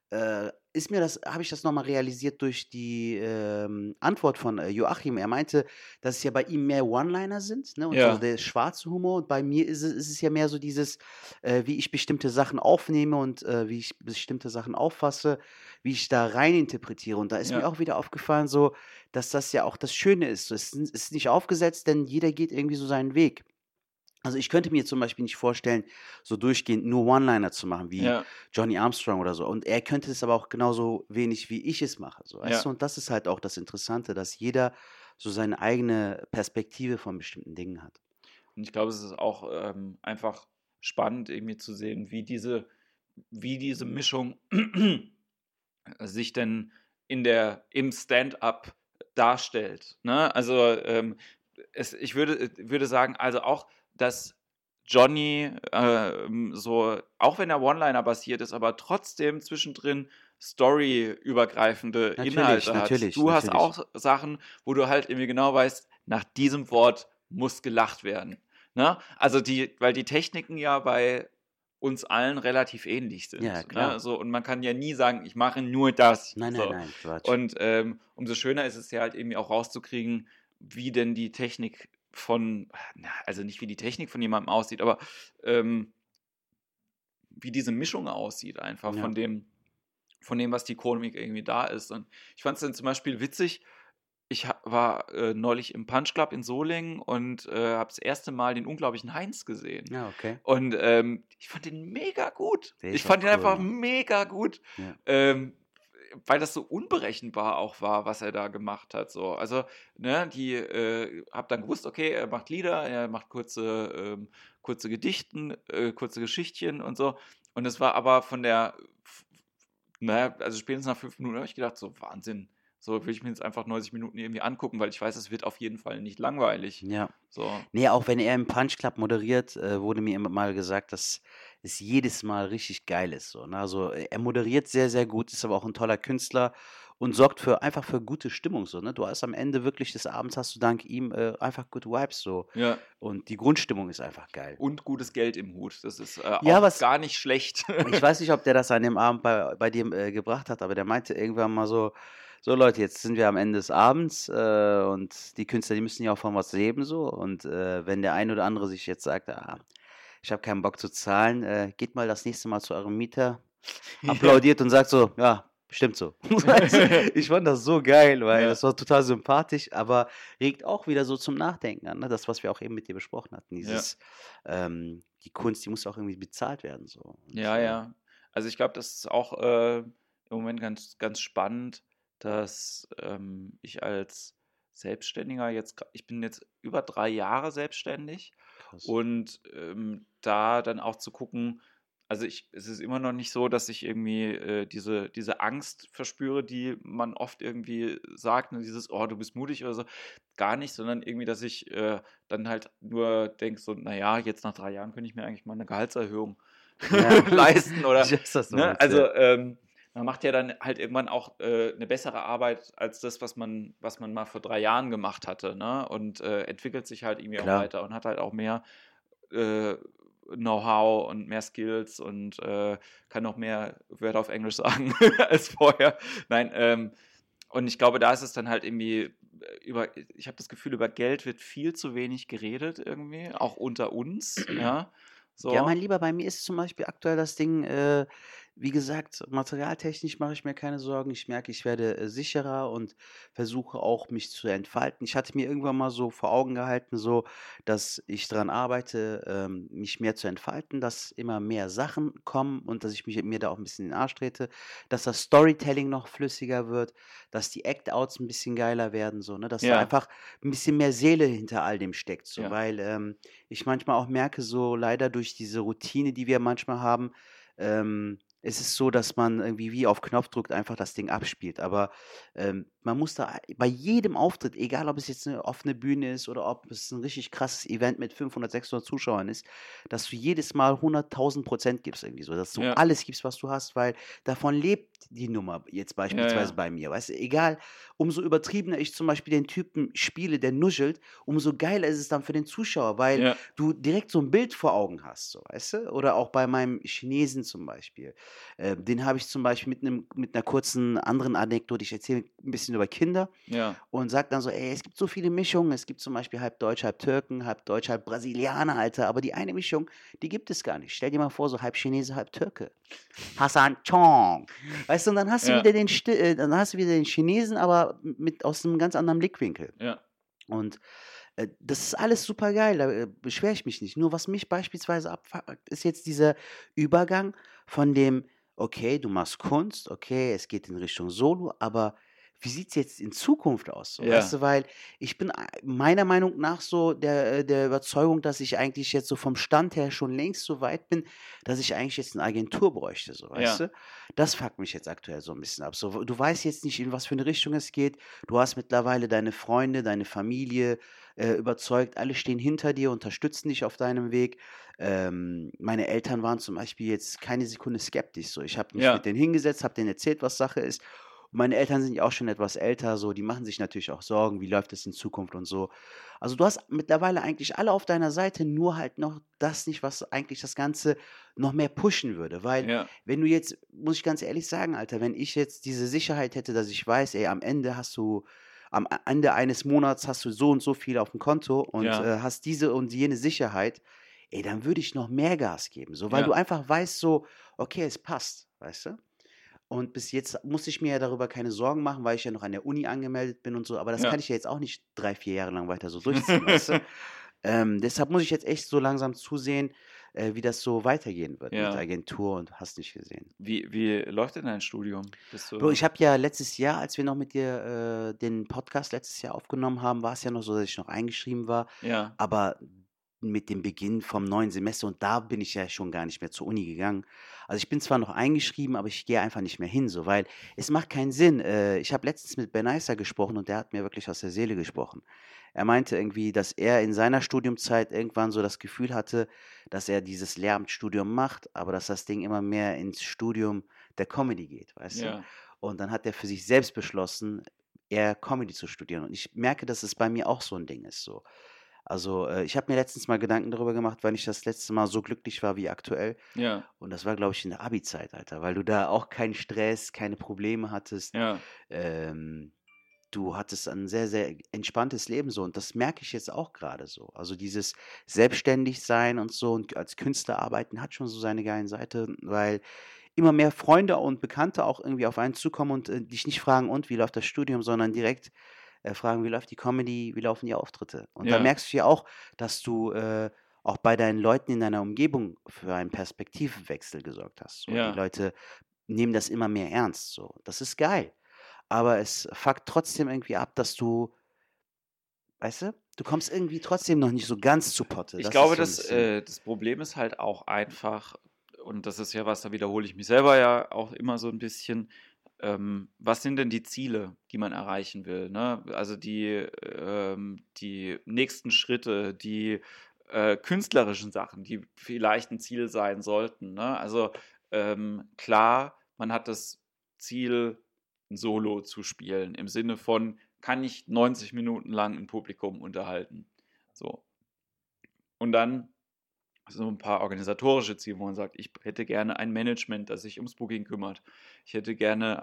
habe ich das nochmal realisiert durch die Antwort von Joachim. Er meinte, dass es ja bei ihm mehr One-Liner sind, ne? Und Ja. so der schwarze Humor. Und bei mir ist es ja mehr so dieses, wie ich bestimmte Sachen aufnehme und wie ich bestimmte Sachen auffasse, wie ich da rein interpretiere. Und da ist mir Ja. auch wieder aufgefallen, so, dass das ja auch das Schöne ist. So, es ist nicht aufgesetzt, denn jeder geht irgendwie so seinen Weg. Also ich könnte mir zum Beispiel nicht vorstellen, so durchgehend nur One-Liner zu machen, wie Ja. Johnny Armstrong oder so. Und er könnte es aber auch genauso wenig, wie ich es mache. So, weißt Ja. du? Und das ist halt auch das Interessante, dass jeder so seine eigene Perspektive von bestimmten Dingen hat. Und ich glaube, es ist auch einfach spannend, irgendwie zu sehen, wie diese Mischung sich denn im Stand-up darstellt. Ne? Also ich würde sagen, also auch, dass Johnny so, auch wenn er One-Liner basiert ist, aber trotzdem zwischendrin storyübergreifende Inhalte hat. Du hast auch Sachen, wo du halt irgendwie genau weißt, nach diesem Wort muss gelacht werden. Ne? Also weil die Techniken ja bei uns allen relativ ähnlich sind. Ja, klar. Ne? So, und man kann ja nie sagen, ich mache nur das. Nein, so. nein, Quatsch. Und umso schöner ist es ja halt irgendwie auch rauszukriegen, wie denn die Technik also nicht wie die Technik von jemandem aussieht, aber wie diese Mischung aussieht einfach Ja. von dem, was die Komik irgendwie da ist. Und ich fand es dann zum Beispiel witzig, ich war neulich im Punch Club in Solingen und habe das erste Mal den unglaublichen Heinz gesehen. Ja, okay. Und ich fand den mega gut. Der ist Ich fand auch ihn cool, einfach Mann. mega gut. Ja. Weil das so unberechenbar auch war, was er da gemacht hat. So. Also, ne, hab dann gewusst, okay, er macht Lieder, er macht kurze Gedichten, kurze Geschichtchen und so. Und es war aber also spätestens nach 5 Minuten habe ich gedacht, so Wahnsinn. So will ich mir jetzt einfach 90 Minuten irgendwie angucken, weil ich weiß, es wird auf jeden Fall nicht langweilig. Ja. So. Nee, auch wenn er im Punch Club moderiert, wurde mir immer mal gesagt, dass es jedes Mal richtig geil ist. So, ne? Also er moderiert sehr, sehr gut, ist aber auch ein toller Künstler und sorgt einfach für gute Stimmung. So, ne? Du hast am Ende wirklich des Abends hast du dank ihm einfach good Vibes. So. Ja. Und die Grundstimmung ist einfach geil. Und gutes Geld im Hut. Das ist auch gar nicht schlecht. Ich weiß nicht, ob der das an dem Abend bei dem gebracht hat, aber der meinte irgendwann mal so Leute, jetzt sind wir am Ende des Abends und die Künstler, die müssen ja auch von was leben so. Und wenn der ein oder andere sich jetzt sagt, ich habe keinen Bock zu zahlen. Geht mal das nächste Mal zu eurem Mieter, applaudiert und sagt so, ja, stimmt so. Weißt du, ich fand das so geil, weil Ja, das war total sympathisch, aber regt auch wieder so zum Nachdenken an, ne? Das, was wir auch eben mit dir besprochen hatten, ja, die Kunst, die muss auch irgendwie bezahlt werden, so. Und ja, ja. Also ich glaube, das ist auch im Moment ganz, ganz spannend, dass ich als Selbstständiger ich bin jetzt über 3 Jahre selbstständig krass. und da dann auch zu gucken, also es ist immer noch nicht so, dass ich irgendwie diese Angst verspüre, die man oft irgendwie sagt, ne, dieses, oh, du bist mutig oder so, gar nicht, sondern irgendwie, dass ich dann halt nur denke, so, naja, jetzt nach 3 Jahren könnte ich mir eigentlich mal eine Gehaltserhöhung Ja, leisten oder, ich weiß, was du ne, meinst, ja. also man macht ja dann halt irgendwann auch eine bessere Arbeit als das, was man mal vor 3 Jahren gemacht hatte, ne? Und entwickelt sich halt irgendwie auch Klar. weiter und hat halt auch mehr äh, Know-how und mehr Skills und kann noch mehr Wörter auf Englisch sagen als vorher. Nein, und ich glaube, da ist es dann halt irgendwie ich habe das Gefühl, über Geld wird viel zu wenig geredet irgendwie, auch unter uns, ja, Ja, so, mein Lieber, bei mir ist zum Beispiel aktuell das Ding, wie gesagt, materialtechnisch mache ich mir keine Sorgen. Ich merke, ich werde sicherer und versuche auch, mich zu entfalten. Ich hatte mir irgendwann mal so vor Augen gehalten, so, dass ich daran arbeite, mich mehr zu entfalten, dass immer mehr Sachen kommen und dass ich mir da auch ein bisschen in den Arsch trete, dass das Storytelling noch flüssiger wird, dass die Act-Outs ein bisschen geiler werden, so, ne, dass da ja, einfach ein bisschen mehr Seele hinter all dem steckt, so, ja, weil ich manchmal auch merke, so leider durch diese Routine, die wir manchmal haben, ist es so, dass man irgendwie wie auf Knopfdruck einfach das Ding abspielt. Aber man muss da bei jedem Auftritt, egal ob es jetzt eine offene Bühne ist oder ob es ein richtig krasses Event mit 500, 600 Zuschauern ist, dass du jedes Mal 100.000% gibst irgendwie so, dass du ja, alles gibst, was du hast, weil davon lebt die Nummer jetzt ja, beispielsweise ja, bei mir. Weißt du, egal, umso übertriebener ich zum Beispiel den Typen spiele, der nuschelt, umso geiler ist es dann für den Zuschauer, weil ja, du direkt so ein Bild vor Augen hast, so, weißt du? Oder auch bei meinem Chinesen zum Beispiel. Den habe ich zum Beispiel mit einer kurzen anderen Anekdote, ich erzähle ein bisschen über Kinder ja, und sage dann so: „Ey, es gibt so viele Mischungen. Es gibt zum Beispiel halb Deutsch, halb Türken, halb Deutsch, halb Brasilianer, Alter, aber die eine Mischung, die gibt es gar nicht. Stell dir mal vor, so halb Chinese, halb Türke. Hassan Chong." Weißt du, und ja, dann hast du wieder den Chinesen, aber mit aus einem ganz anderen Blickwinkel. ja, Und das ist alles super geil, da beschwere ich mich nicht. Nur was mich beispielsweise abfuckt, ist jetzt dieser Übergang von dem: „Okay, du machst Kunst, okay, es geht in Richtung Solo, aber wie sieht's jetzt in Zukunft aus?" So, weißt ja, du? Weil ich bin meiner Meinung nach so der Überzeugung, dass ich eigentlich jetzt so vom Stand her schon längst so weit bin, dass ich eigentlich jetzt eine Agentur bräuchte, so, weißt ja, du? Das fuckt mich jetzt aktuell so ein bisschen ab. So, du weißt jetzt nicht, in was für eine Richtung es geht. Du hast mittlerweile deine Freunde, deine Familie, überzeugt, alle stehen hinter dir, unterstützen dich auf deinem Weg. Meine Eltern waren zum Beispiel jetzt keine Sekunde skeptisch. So, ich habe mich mit ja, denen hingesetzt, habe denen erzählt, was Sache ist. Und meine Eltern sind ja auch schon etwas älter, so, die machen sich natürlich auch Sorgen, wie läuft es in Zukunft und so. Also du hast mittlerweile eigentlich alle auf deiner Seite, nur halt noch das nicht, was eigentlich das Ganze noch mehr pushen würde. Weil, ja, wenn du jetzt, muss ich ganz ehrlich sagen, Alter, wenn ich jetzt diese Sicherheit hätte, dass ich weiß, ey, am Ende eines Monats hast du so und so viel auf dem Konto und ja, hast diese und jene Sicherheit, ey, dann würde ich noch mehr Gas geben, so, weil du ja, einfach weißt, so, okay, es passt, weißt du? Und bis jetzt musste ich mir ja darüber keine Sorgen machen, weil ich ja noch an der Uni angemeldet bin und so, aber das kann ja. ich ja jetzt auch nicht 3, 4 Jahre lang weiter so durchziehen, weißt du? Deshalb muss ich jetzt echt so langsam zusehen, wie das so weitergehen wird mit Ja. Agentur und hast nicht gesehen. Wie läuft denn dein Studium? Bist Bro, du ich habe ja letztes Jahr, als wir noch mit dir den Podcast letztes Jahr aufgenommen haben, war es ja noch so, dass ich noch eingeschrieben war. ja, Aber mit dem Beginn vom neuen Semester, und da bin ich ja schon gar nicht mehr zur Uni gegangen. Also ich bin zwar noch eingeschrieben, aber ich gehe einfach nicht mehr hin, so, weil es macht keinen Sinn. Ich habe letztens mit Ben Eisser gesprochen und der hat mir wirklich aus der Seele gesprochen. Er meinte irgendwie, dass er in seiner Studiumzeit irgendwann so das Gefühl hatte, dass er dieses Lehramtsstudium macht, aber dass das Ding immer mehr ins Studium der Comedy geht, weißt du? ja, Und dann hat er für sich selbst beschlossen, eher Comedy zu studieren. Und ich merke, dass es bei mir auch so ein Ding ist, so. Also, ich habe mir letztens mal Gedanken darüber gemacht, wann ich das letzte Mal so glücklich war wie aktuell. ja, Und das war, glaube ich, in der Abi-Zeit, Alter, weil du da auch keinen Stress, keine Probleme hattest. ja, Ähm, du hattest ein sehr, sehr entspanntes Leben so und das merke ich jetzt auch gerade so. Also, dieses Selbstständigsein und so und als Künstler arbeiten hat schon so seine geilen Seite, weil immer mehr Freunde und Bekannte auch irgendwie auf einen zukommen und, dich nicht fragen: „Und, wie läuft das Studium?“, sondern direkt, fragen: „Wie läuft die Comedy? Wie laufen die Auftritte?“ Und da Ja, merkst du ja auch, dass du, auch bei deinen Leuten in deiner Umgebung für einen Perspektivenwechsel gesorgt hast, so. Die ja. Leute nehmen das immer mehr ernst so. Das ist geil. Aber es fuckt trotzdem irgendwie ab, dass du weißt du? Du kommst irgendwie trotzdem noch nicht so ganz zu Potte. Ich Das ist glaube, so 'n bisschen das Problem ist halt auch einfach, und das ist ja was, da wiederhole ich mich selber ja auch immer so ein bisschen, was sind denn die Ziele, die man erreichen will, ne? Also die nächsten Schritte, die künstlerischen Sachen, die vielleicht ein Ziel sein sollten, ne? Also klar, man hat das Ziel, ein Solo zu spielen, im Sinne von, kann ich 90 Minuten lang ein Publikum unterhalten? So. Und dann so ein paar organisatorische Ziele, wo man sagt, ich hätte gerne ein Management, das sich ums Booking kümmert. Ich hätte gerne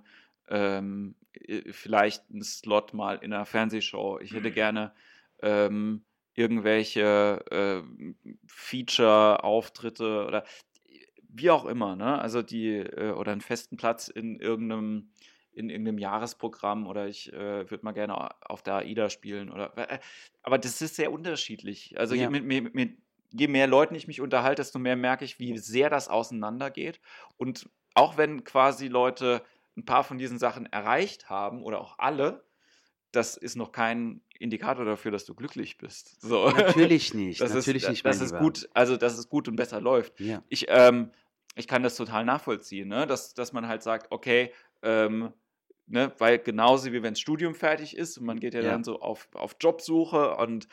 vielleicht einen Slot mal in einer Fernsehshow. Ich hätte gerne irgendwelche Feature-Auftritte oder wie auch immer, ne? Also oder einen festen Platz in irgendeinem Jahresprogramm, oder ich würde mal gerne auf der AIDA spielen aber das ist sehr unterschiedlich. Also ja, je mehr Leuten ich mich unterhalte, desto mehr merke ich, wie sehr das auseinandergeht. Und auch wenn quasi Leute ein paar von diesen Sachen erreicht haben oder auch alle, das ist noch kein Indikator dafür, dass du glücklich bist. So. natürlich nicht, Das mein ist Lieber. gut, also dass es gut und besser läuft. Ja, Ich kann das total nachvollziehen, ne? Dass man halt sagt, okay, ne, weil genauso wie wenn das Studium fertig ist und man geht ja ja, dann so auf Jobsuche, und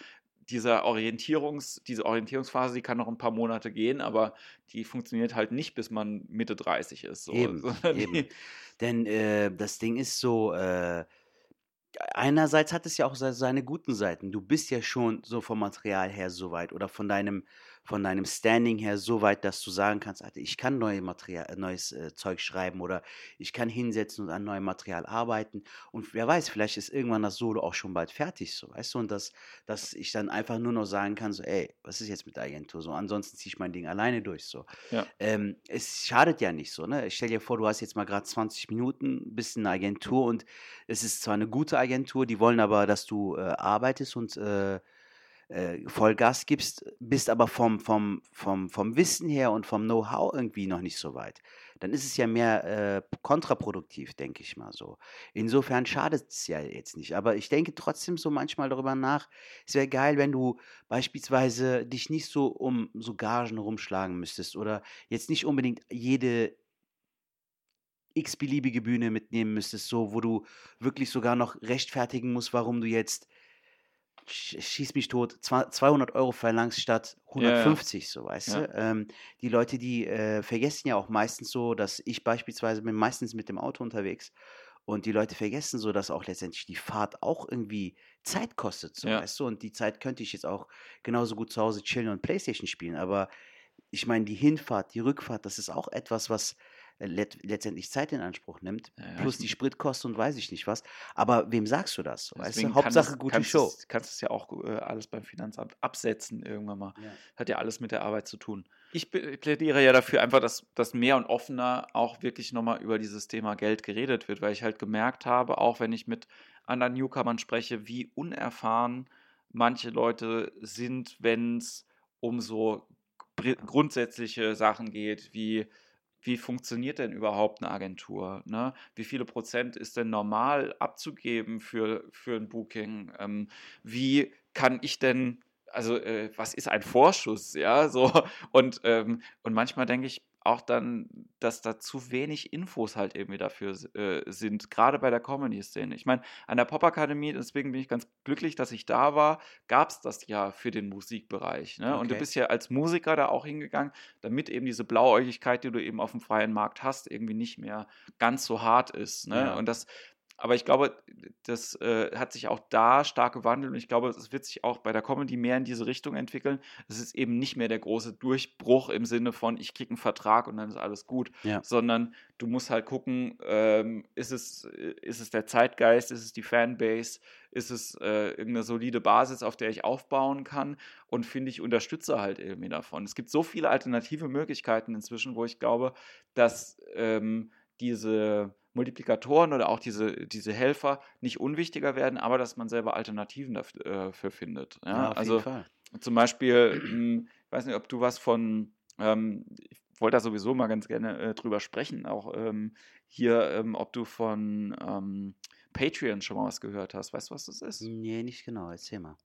diese Orientierungsphase, die kann noch ein paar Monate gehen, aber die funktioniert halt nicht, bis man Mitte 30 ist. So. eben, Sondern eben. Denn, das Ding ist so, einerseits hat es ja auch seine guten Seiten. Du bist ja schon so vom Material her so weit oder von deinem Standing her so weit, dass du sagen kannst: „Alter, ich kann neues, Zeug schreiben oder ich kann hinsetzen und an neuem Material arbeiten.“ Und wer weiß, vielleicht ist irgendwann das Solo auch schon bald fertig so, weißt du? Und dass ich dann einfach nur noch sagen kann so: „Ey, was ist jetzt mit der Agentur so? Ansonsten ziehe ich mein Ding alleine durch so.“ ja, Es schadet ja nicht so, ne? Stell dir vor, du hast jetzt mal gerade 20 Minuten, bist in 'ner Agentur und es ist zwar eine gute Agentur, die wollen aber, dass du, arbeitest und, Vollgas gibst, bist aber vom Wissen her und vom Know-how irgendwie noch nicht so weit. Dann ist es ja mehr, kontraproduktiv, denke ich mal so. Insofern schadet es ja jetzt nicht. Aber ich denke trotzdem so manchmal darüber nach, es wäre geil, wenn du beispielsweise dich nicht so um so Gagen rumschlagen müsstest oder jetzt nicht unbedingt jede x-beliebige Bühne mitnehmen müsstest, so, wo du wirklich sogar noch rechtfertigen musst, warum du jetzt, schieß mich tot, 200 € verlangst statt ja, ja, 150, so, weißt ja, du? Die Leute, die, vergessen ja auch meistens so, dass ich beispielsweise bin meistens mit dem Auto unterwegs und die Leute vergessen so, dass auch letztendlich die Fahrt auch irgendwie Zeit kostet, so, ja. weißt du? Und die Zeit könnte ich jetzt auch genauso gut zu Hause chillen und Playstation spielen, aber ich meine, die Hinfahrt, die Rückfahrt, das ist auch etwas, was, letztendlich Zeit in Anspruch nimmt, Ja, ja, plus die Spritkosten und weiß ich nicht was. Aber wem sagst du das, weißt du? deswegen Hauptsache gute Show. kannst es ja auch alles beim Finanzamt absetzen irgendwann mal. Ja. Hat ja alles mit der Arbeit zu tun. Ich plädiere ja dafür einfach, dass mehr und offener auch wirklich nochmal über dieses Thema Geld geredet wird, weil ich halt gemerkt habe, auch wenn ich mit anderen Newcomern spreche, wie unerfahren manche Leute sind, wenn es um so grundsätzliche Sachen geht, wie funktioniert denn überhaupt eine Agentur? Ne? Wie viele Prozent ist denn normal abzugeben für ein Booking? Wie kann ich denn, also was ist ein Vorschuss? Ja, so. Und manchmal denke ich auch dann, dass da zu wenig Infos halt irgendwie dafür sind, gerade bei der Comedy-Szene. Ich meine, an der Popakademie, deswegen bin ich ganz glücklich, dass ich da war, gab es das ja für den Musikbereich. Ne? Und du Okay. bist ja als Musiker da auch hingegangen, damit eben diese Blauäugigkeit, die du eben auf dem freien Markt hast, irgendwie nicht mehr ganz so hart ist. Ne? Ja. Und Aber ich glaube, das hat sich auch da stark gewandelt und ich glaube, es wird sich auch bei der Comedy mehr in diese Richtung entwickeln. Es ist eben nicht mehr der große Durchbruch im Sinne von, ich kriege einen Vertrag und dann ist alles gut, Ja. sondern du musst halt gucken, ist es der Zeitgeist, ist es die Fanbase, ist es irgendeine solide Basis, auf der ich aufbauen kann und finde ich unterstütze halt irgendwie davon. Es gibt so viele alternative Möglichkeiten inzwischen, wo ich glaube, dass diese Multiplikatoren oder auch diese Helfer nicht unwichtiger werden, aber dass man selber Alternativen dafür findet. Ja? Ja, auf jeden Also Fall. zum Beispiel, ich weiß nicht, ob du was ich wollte da sowieso mal ganz gerne drüber sprechen, auch hier, ob du von Patreon schon mal was gehört hast. Weißt du, was das ist? Nee, nicht genau. Erzähl mal.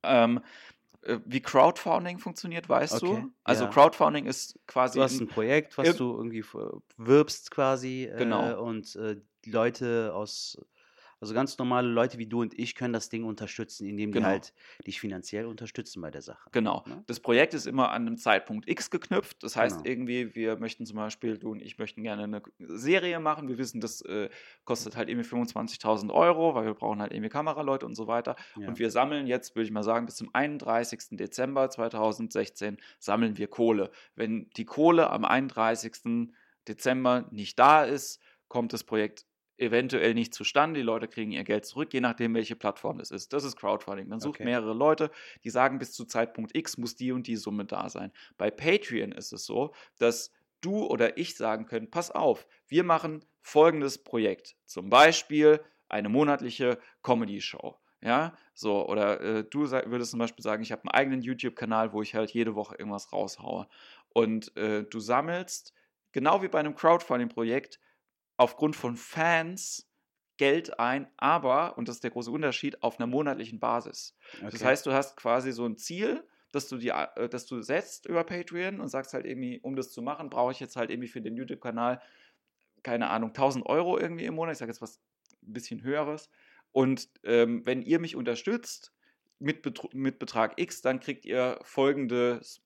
Wie Crowdfunding funktioniert, weißt Okay, du? Also ja. Crowdfunding ist Du quasi hast ein Projekt, was du irgendwie wirbst quasi, genau. und Leute also ganz normale Leute wie du und ich können das Ding unterstützen, indem die Genau. halt dich finanziell unterstützen bei der Sache. Genau. Ne? Das Projekt ist immer an einem Zeitpunkt X geknüpft. Das heißt Genau. irgendwie, wir möchten zum Beispiel, du und ich möchten gerne eine Serie machen. Wir wissen, das kostet halt irgendwie 25.000 €, weil wir brauchen halt irgendwie Kameraleute und so weiter. Ja. Und wir sammeln jetzt, würde ich mal sagen, bis zum 31. Dezember 2016 sammeln wir Kohle. Wenn die Kohle am 31. Dezember nicht da ist, kommt das Projekt eventuell nicht zustande. Die Leute kriegen ihr Geld zurück, je nachdem, welche Plattform es ist. Das ist Crowdfunding. Man sucht Okay. mehrere Leute, die sagen, bis zu Zeitpunkt X muss die und die Summe da sein. Bei Patreon ist es so, dass du oder ich sagen können, pass auf, wir machen folgendes Projekt. Zum Beispiel eine monatliche Comedy-Show. Ja, so, oder du würdest zum Beispiel sagen, ich habe einen eigenen YouTube-Kanal, wo ich halt jede Woche irgendwas raushaue. Und du sammelst, genau wie bei einem Crowdfunding-Projekt, aufgrund von Fans Geld ein, aber, und das ist der große Unterschied, auf einer monatlichen Basis. Das Okay. heißt, du hast quasi so ein Ziel, das du setzt über Patreon und sagst halt irgendwie, um das zu machen, brauche ich jetzt halt irgendwie für den YouTube-Kanal, keine Ahnung, 1.000 € irgendwie im Monat. Ich sage jetzt was ein bisschen Höheres. Und wenn ihr mich unterstützt mit Betrag X, dann kriegt ihr folgendes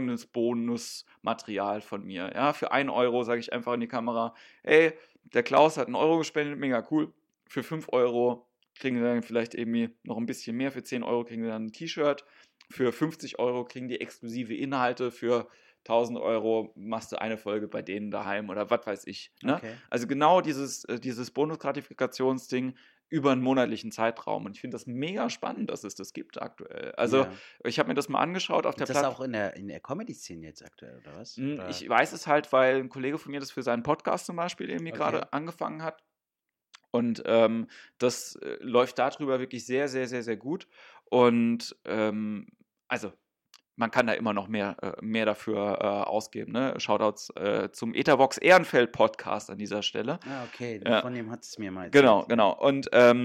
Bonusmaterial von mir. Ja, für 1 € sage ich einfach in die Kamera, hey, der Klaus hat 1 € gespendet, mega cool. Für 5 € kriegen sie dann vielleicht irgendwie noch ein bisschen mehr. Für 10 € kriegen sie dann ein T-Shirt. Für 50 € kriegen die exklusive Inhalte. Für 1.000 € machst du eine Folge bei denen daheim oder was weiß ich. Ne? Okay. Also genau dieses Bonus-Gratifikationsding über einen monatlichen Zeitraum. Und ich finde das mega spannend, dass es das gibt aktuell. Also Ja. ich habe mir das mal angeschaut auf der Ist das Plattform. auch in der Comedy-Szene jetzt aktuell, oder was? Oder? Ich weiß es halt, weil ein Kollege von mir das für seinen Podcast zum Beispiel irgendwie Okay. gerade angefangen hat. Und das läuft darüber wirklich sehr, sehr, sehr, sehr gut. Und also man kann da immer noch mehr dafür ausgeben. Ne? Shoutouts zum Ethervox Ehrenfeld Podcast an dieser Stelle. Ah, okay. Ja. Von dem hat es mir mal erzählt. Genau, Ja. genau. Und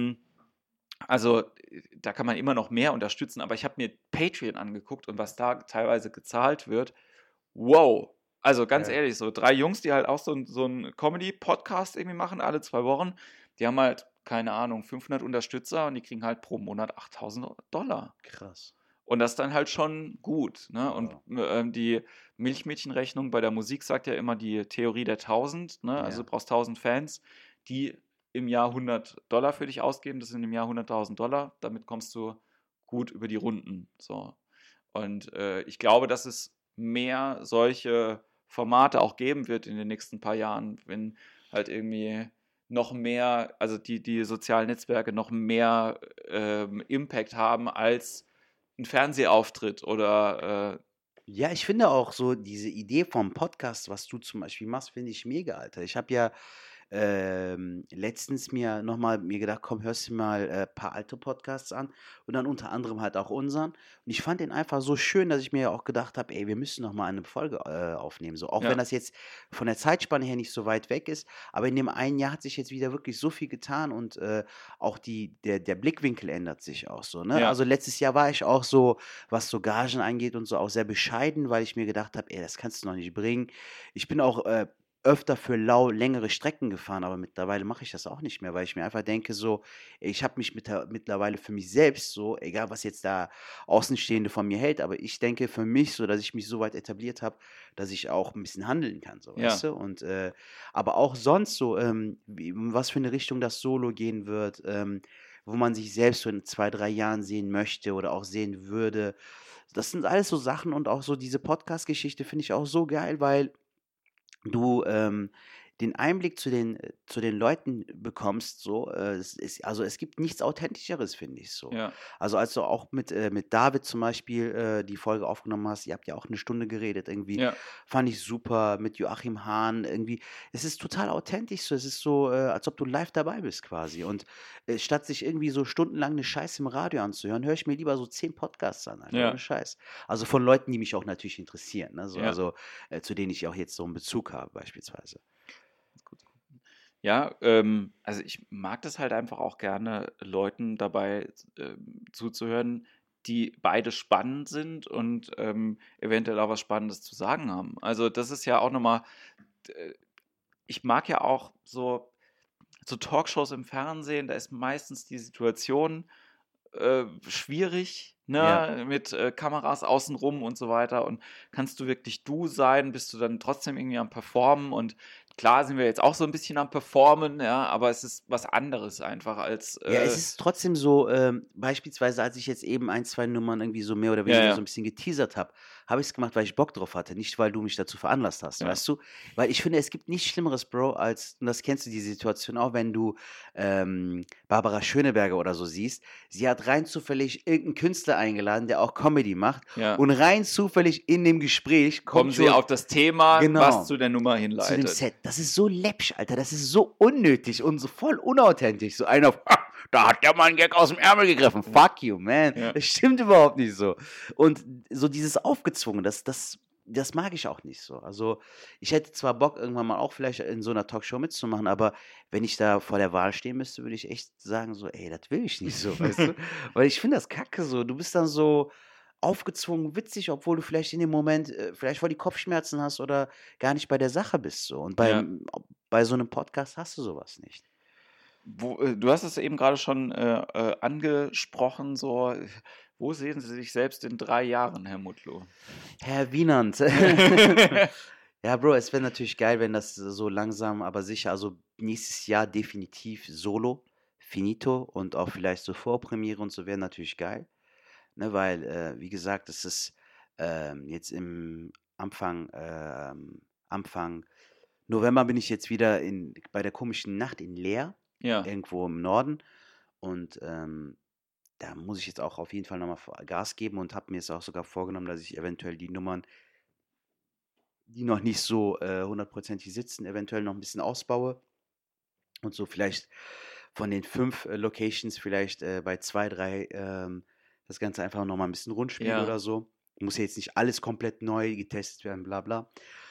also da kann man immer noch mehr unterstützen, aber ich habe mir Patreon angeguckt und was da teilweise gezahlt wird, wow. Also ganz Ja. ehrlich, so 3 Jungs, die halt auch so einen Comedy-Podcast irgendwie machen, alle 2 Wochen, die haben halt, keine Ahnung, 500 Unterstützer und die kriegen halt pro Monat 8.000 $. Krass. Und das dann halt schon gut. Ne? Wow. Und die Milchmädchenrechnung bei der Musik sagt ja immer die Theorie der 1.000. Ne? Also Ja. du brauchst 1.000 Fans, die im Jahr 100 $ für dich ausgeben. Das sind im Jahr 100.000 $. Damit kommst du gut über die Runden. So. Und ich glaube, dass es mehr solche Formate auch geben wird in den nächsten paar Jahren, wenn halt irgendwie noch mehr, also die sozialen Netzwerke noch mehr Impact haben als ein Fernsehauftritt oder Ja, ich finde auch so diese Idee vom Podcast, was du zum Beispiel machst, finde ich mega, Alter. Ich habe ja letztens mir gedacht, komm, hörst du mal ein paar alte Podcasts an und dann unter anderem halt auch unseren. Und ich fand den einfach so schön, dass ich mir auch gedacht habe, ey, wir müssen noch mal eine Folge aufnehmen. So, auch Ja. wenn das jetzt von der Zeitspanne her nicht so weit weg ist, aber in dem einen Jahr hat sich jetzt wieder wirklich so viel getan und auch der Blickwinkel ändert sich auch so. Ne? Ja. Also letztes Jahr war ich auch so, was so Gagen angeht und so, auch sehr bescheiden, weil ich mir gedacht habe, ey, das kannst du noch nicht bringen. Ich bin auch öfter für längere Strecken gefahren, aber mittlerweile mache ich das auch nicht mehr, weil ich mir einfach denke so, ich habe mich mittlerweile für mich selbst so, egal was jetzt da Außenstehende von mir hält, aber ich denke für mich so, dass ich mich so weit etabliert habe, dass ich auch ein bisschen handeln kann, so, weißt Ja, du? Und aber auch sonst so, was für eine Richtung das Solo gehen wird, wo man sich selbst so in 2, 3 Jahren sehen möchte oder auch sehen würde. Das sind alles so Sachen und auch so diese Podcast-Geschichte finde ich auch so geil, weil du, den Einblick zu den Leuten bekommst, so, es gibt nichts Authentischeres, finde ich so. ja, Also, als du auch mit David zum Beispiel, die Folge aufgenommen hast, ihr habt ja auch eine Stunde geredet irgendwie, ja, fand ich super, mit Joachim Hahn irgendwie. Es ist total authentisch so, es ist so, als ob du live dabei bist quasi und, statt sich irgendwie so stundenlang 'ne Scheiße im Radio anzuhören, höre ich mir lieber so 10 Podcasts an, Alter, ohne ja, Scheiß. Also, von Leuten, die mich auch natürlich interessieren, ne, so, ja. also zu denen ich auch jetzt so einen Bezug habe beispielsweise. Gut. Ja, also ich mag das halt einfach auch gerne, Leuten dabei zuzuhören, die beide spannend sind und eventuell auch was Spannendes zu sagen haben. Also das ist ja auch nochmal, ich mag ja auch so Talkshows im Fernsehen, da ist meistens die Situation schwierig, Ja. ne, mit Kameras außenrum und so weiter. Und kannst du wirklich du sein? Bist du dann trotzdem irgendwie am Performen? Und klar sind wir jetzt auch so ein bisschen am Performen, ja, aber es ist was anderes einfach als, Ja, es ist trotzdem so, beispielsweise, als ich jetzt eben ein 2 Nummern irgendwie so mehr oder ja, weniger so ja, ein bisschen geteasert habe ich es gemacht, weil ich Bock drauf hatte, nicht weil du mich dazu veranlasst hast, ja, weißt du? Weil ich finde, es gibt nichts Schlimmeres, Bro, als und das kennst du die Situation auch, wenn du, Barbara Schöneberger oder so siehst. Sie hat rein zufällig irgendeinen Künstler eingeladen, der auch Comedy macht ja. und rein zufällig in dem Gespräch Kommen kommt sie schon auf das Thema, was genau. zu der Nummer Zu dem hinleitet. Set. Das ist so läppsch, Alter. Das ist so unnötig und so voll unauthentisch. So einer auf, da hat der mal einen Gag aus dem Ärmel gegriffen. Ja, Fuck you, man. ja, Das stimmt überhaupt nicht so. Und so dieses Aufgezwungen, das mag ich auch nicht so. Also, ich hätte zwar Bock, irgendwann mal auch vielleicht in so einer Talkshow mitzumachen, aber wenn ich da vor der Wahl stehen müsste, würde ich echt sagen so: „Ey, das will ich nicht so“, weißt du? Weil ich finde das kacke so. Du bist dann so aufgezwungen witzig, obwohl du vielleicht in dem Moment, vielleicht voll die Kopfschmerzen hast oder gar nicht bei der Sache bist so. Und ja. bei so einem Podcast hast du sowas nicht. Du hast es eben gerade schon angesprochen, so, wo sehen Sie sich selbst in 3 Jahren, Herr Mutlu? Herr Wienand. Ja, Bro, es wäre natürlich geil, wenn das so langsam, aber sicher, also nächstes Jahr definitiv Solo, finito und auch vielleicht so Vorpremiere und so wäre natürlich geil, ne, weil, wie gesagt, es ist jetzt im Anfang November bin ich jetzt wieder bei der komischen Nacht in Leer, Ja, irgendwo im Norden und da muss ich jetzt auch auf jeden Fall nochmal Gas geben und habe mir jetzt auch sogar vorgenommen, dass ich eventuell die Nummern, die noch nicht so hundertprozentig sitzen, eventuell noch ein bisschen ausbaue und so vielleicht von den 5 Locations vielleicht bei 2 3 das Ganze einfach noch mal ein bisschen rund spiele ja, oder so. Muss ja jetzt nicht alles komplett neu getestet werden, bla bla.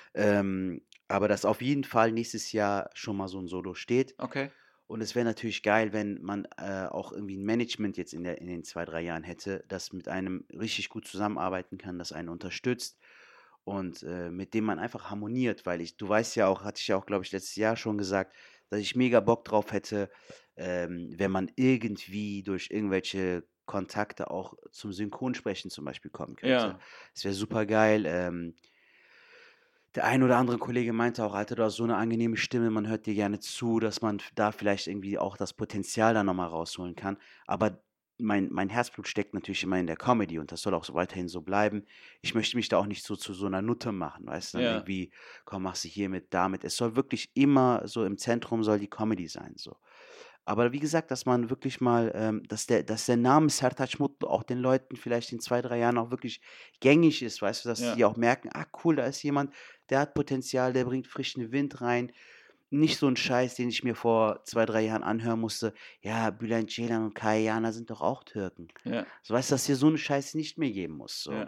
Aber dass auf jeden Fall nächstes Jahr schon mal so ein Solo steht. okay. Und es wäre natürlich geil, wenn man auch irgendwie ein Management jetzt in den 2 3 Jahren hätte, das mit einem richtig gut zusammenarbeiten kann, das einen unterstützt und mit dem man einfach harmoniert, weil du weißt ja auch, hatte ich ja auch, glaube ich, letztes Jahr schon gesagt, dass ich mega Bock drauf hätte, wenn man irgendwie durch irgendwelche Kontakte auch zum Synchronsprechen zum Beispiel kommen könnte. Ja, Das wäre super geil. Der ein oder andere Kollege meinte auch, Alter, du hast so eine angenehme Stimme, man hört dir gerne zu, dass man da vielleicht irgendwie auch das Potenzial dann nochmal rausholen kann. Aber mein Herzblut steckt natürlich immer in der Comedy und das soll auch so weiterhin so bleiben. Ich möchte mich da auch nicht so zu so einer Nutte machen, weißt du, dann ja, irgendwie, komm, machst du hiermit, damit. Es soll wirklich immer so im Zentrum soll die Comedy sein, so. Aber wie gesagt, dass man wirklich mal, dass der Name Sertaç Mutlu auch den Leuten vielleicht in 2 3 Jahren auch wirklich gängig ist, weißt du, dass ja, die auch merken: „Ah, cool, da ist jemand, der hat Potenzial, der bringt frischen Wind rein.“ Nicht so ein Scheiß, den ich mir vor 2 3 Jahren anhören musste: „Ja, Bülent Ceylan und Kayana sind doch auch Türken.“ ja, So, weißt du, dass dir so 'ne Scheiße nicht mehr geben muss, so. ja,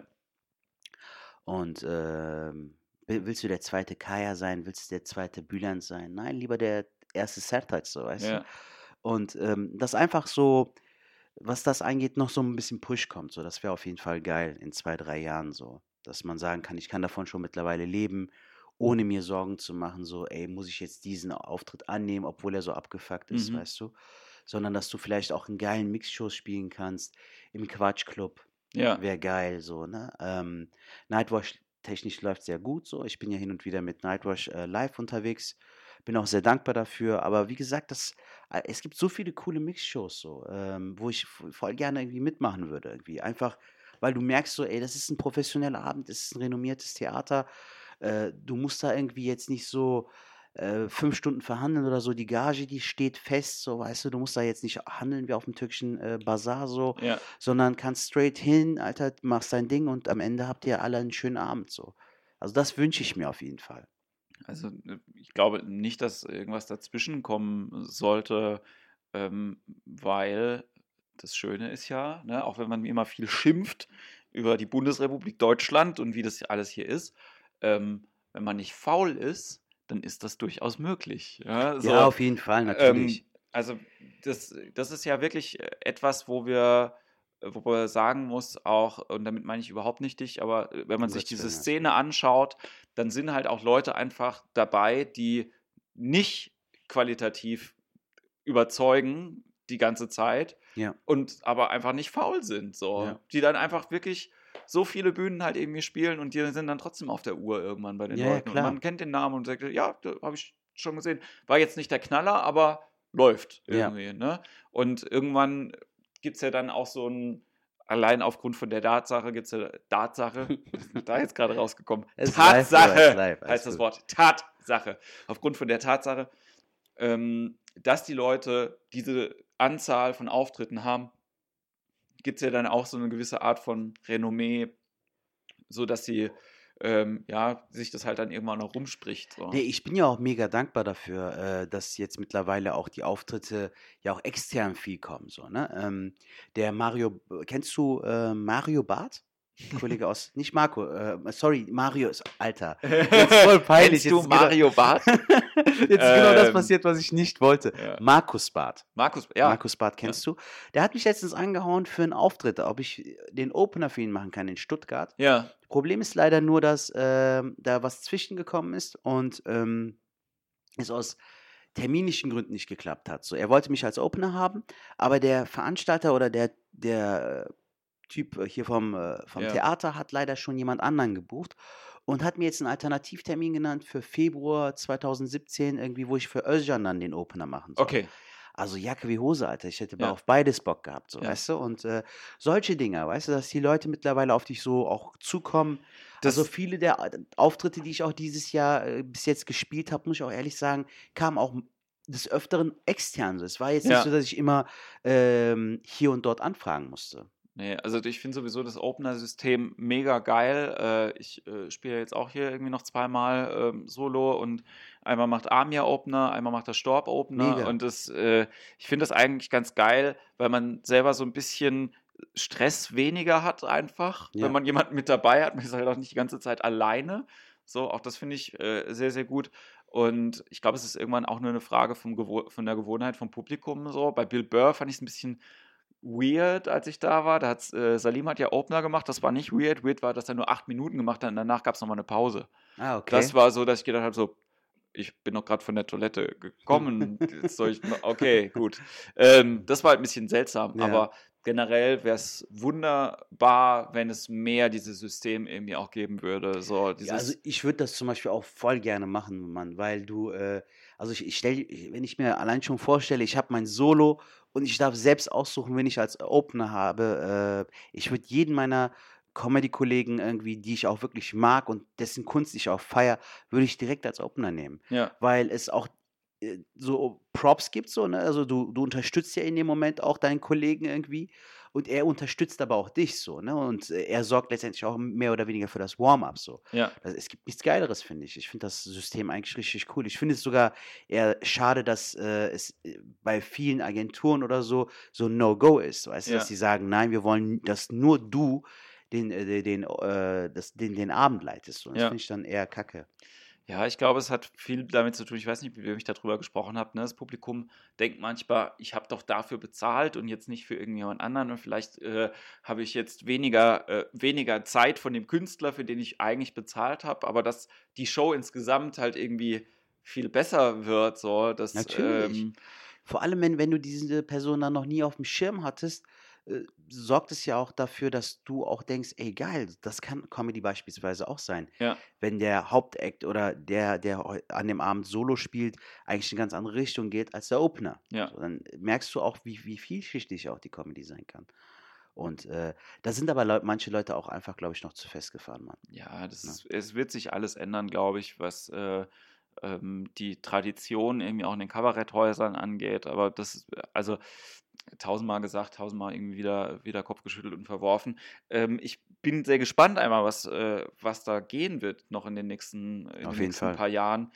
Und, willst du der zweite Kaya sein? Willst du der zweite Bülent sein? Nein, lieber der erste Sertaç, so, weißt du? ja, Und, dass einfach so, was das angeht, noch so ein bisschen Push kommt, so. Das wäre auf jeden Fall geil in 2 3 Jahren so, dass man sagen kann: „Ich kann davon schon mittlerweile leben ohne mir Sorgen zu machen, so, ey, muss ich jetzt diesen Auftritt annehmen, obwohl er so abgefuckt ist, Mhm. weißt du? Sondern dass du vielleicht auch in geilen Mixshows spielen kannst, im Quatschclub, Ja. wäre geil, so, ne? Nightwash technisch läuft sehr gut so. Ich bin ja hin und wieder mit Nightwash live unterwegs. Bin auch sehr dankbar dafür. Aber wie gesagt, es gibt so viele coole Mixshows so, wo ich voll gerne irgendwie mitmachen würde. Irgendwie. Einfach, weil du merkst so, ey, das ist ein professioneller Abend, das ist ein renommiertes Theater. Du musst da irgendwie jetzt nicht so 5 Stunden verhandeln oder so. Die Gage, die steht fest, so, weißt du, du musst da jetzt nicht handeln wie auf dem türkischen Bazar so, Ja. sondern kannst straight hin, Alter, machst dein Ding und am Ende habt ihr alle einen schönen Abend so. Also das wünsche ich mir auf jeden Fall. Also ich glaube nicht, dass irgendwas dazwischen kommen sollte, weil das Schöne ist ja, ne, auch wenn man immer viel schimpft über die Bundesrepublik Deutschland und wie das alles hier ist, wenn man nicht faul ist, dann ist das durchaus möglich. Ja, Ja, so, auf jeden Fall, natürlich. also das ist ja wirklich etwas, wo man sagen muss, auch, und damit meine ich überhaupt nicht dich, aber wenn man Um sich Gottes diese Willen, alles Szene gut. anschaut, dann sind halt auch Leute einfach dabei, die nicht qualitativ überzeugen die ganze Zeit Ja, und aber einfach nicht faul sind, so. ja. Die dann einfach wirklich so viele Bühnen halt irgendwie spielen und die sind dann trotzdem auf der Uhr irgendwann bei den Ja, ja, Leuten. Und klar. man kennt den Namen und sagt, ja, da habe ich schon gesehen. War jetzt nicht der Knaller, aber läuft Ja. irgendwie, ne? Und irgendwann gibt es ja dann auch so ein, allein aufgrund von der Tatsache gibt es ja, Tatsache, was ist da jetzt gerade rausgekommen? Es ist live, Bruder, es ist Tatsache live, alles heißt das gut. Wort. Tatsache. Aufgrund von der Tatsache, dass die Leute diese Anzahl von Auftritten haben, gibt es ja dann auch so eine gewisse Art von Renommee, so dass sie ja, sich das halt dann irgendwann noch rumspricht. Ne, So. ich bin ja auch mega dankbar dafür, dass jetzt mittlerweile auch die Auftritte ja auch extern viel kommen, so, ne? Der Mario, kennst du Mario Barth? Kollege aus, nicht Marco, sorry, Mario ist, Alter, jetzt voll peinlich. Kennst du Mario Barth? Jetzt ist genau das Ähm, passiert, was ich nicht wollte. Ja. Markus Barth. Markus, ja. Markus Barth kennst du? Der hat mich letztens angehauen für einen Auftritt, ob ich den Opener für ihn machen kann in Stuttgart. Ja. Problem ist leider nur, dass da was zwischengekommen ist und es aus terminischen Gründen nicht geklappt hat. So, er wollte mich als Opener haben, aber der Veranstalter oder der Typ hier vom Ja. Theater hat leider schon jemand anderen gebucht und hat mir jetzt einen Alternativtermin genannt für Februar 2017 irgendwie, wo ich für Özcan dann den Opener machen soll. Okay. Also Jacke wie Hose, Alter. Ich hätte mal Ja. auf beides Bock gehabt, so, Ja. weißt du? Und solche Dinger, weißt du, dass die Leute mittlerweile auf dich so auch zukommen. Also Das, viele der Auftritte, die ich auch dieses Jahr bis jetzt gespielt habe, muss ich auch ehrlich sagen, kamen auch des Öfteren extern. So. Es war jetzt nicht so, ja. dass ich immer hier und dort anfragen musste. Nee, also ich finde sowieso das Opener-System mega geil. Ich spiele jetzt auch hier irgendwie noch zweimal Solo und einmal macht Amir Opener, einmal macht der Storb Opener Mega. und ich finde das eigentlich ganz geil, weil man selber so ein bisschen Stress weniger hat einfach, Ja. wenn man jemanden mit dabei hat. Man ist halt auch nicht die ganze Zeit alleine. So, auch das finde ich sehr, sehr gut. Und ich glaube, es ist irgendwann auch nur eine Frage von der Gewohnheit vom Publikum so. Bei Bill Burr fand ich es ein bisschen weird, als ich da war. Salim hat ja Opener gemacht, das war nicht weird. Weird war, dass er nur 8 Minuten gemacht hat und danach gab es nochmal eine Pause. Ah, okay. Das war so, dass ich gedacht habe, so, ich bin noch gerade von der Toilette gekommen. Jetzt soll ich okay, gut. Das war halt ein bisschen seltsam, Ja. aber generell wäre es wunderbar, wenn es mehr dieses System irgendwie auch geben würde. So, Ja, also dieses, ich würde das zum Beispiel auch voll gerne machen, Mann, weil du, also wenn ich mir allein schon vorstelle, ich habe mein Solo und ich darf selbst aussuchen, wen ich als Opener habe, ich würde jeden meiner Comedy-Kollegen irgendwie, die ich auch wirklich mag und dessen Kunst ich auch feiere, würde ich direkt als Opener nehmen, ja, weil es auch so Props gibt, so, ne? Also du unterstützt ja in dem Moment auch deinen Kollegen irgendwie und er unterstützt aber auch dich so, ne? Und er sorgt letztendlich auch mehr oder weniger für das Warm-up so. ja. Es gibt nichts Geileres, finde ich. Ich finde das System eigentlich richtig cool. Ich finde es sogar eher schade, dass es bei vielen Agenturen oder so ein No-Go ist, weißt du, Ja. dass sie sagen, nein, wir wollen, dass nur du den Abend leitest. So. Das Ja. finde ich dann eher kacke. Ja, ich glaube, es hat viel damit zu tun, ich weiß nicht, wie ich darüber gesprochen habe, ne? Das Publikum denkt manchmal, ich habe doch dafür bezahlt und jetzt nicht für irgendjemand anderen und vielleicht habe ich jetzt weniger Zeit von dem Künstler, für den ich eigentlich bezahlt habe, aber dass die Show insgesamt halt irgendwie viel besser wird, so, Natürlich. Vor allem, wenn du diese Person dann noch nie auf dem Schirm hattest, sorgt es ja auch dafür, dass du auch denkst: „Ey, geil, das kann Comedy beispielsweise auch sein.“ ja, Wenn der Hauptact oder der heu an dem Abend Solo spielt, eigentlich in 'ne ganz andere Richtung geht als der Opener. ja. So, dann merkst du auch, wie vielschichtig auch die Comedy sein kann. Und, da sind aber manche Leute auch einfach, glaube ich, noch zu festgefahren, Mann, Ja, ne? es wird sich alles ändern, glaube ich, was die Tradition irgendwie auch in den Kabaretthäusern angeht. Aber also tausendmal gesagt, tausendmal irgendwie wieder Kopf geschüttelt und verworfen. Ich bin sehr gespannt einmal, was da gehen wird noch in den Auf jeden nächsten Fall. paar Jahren.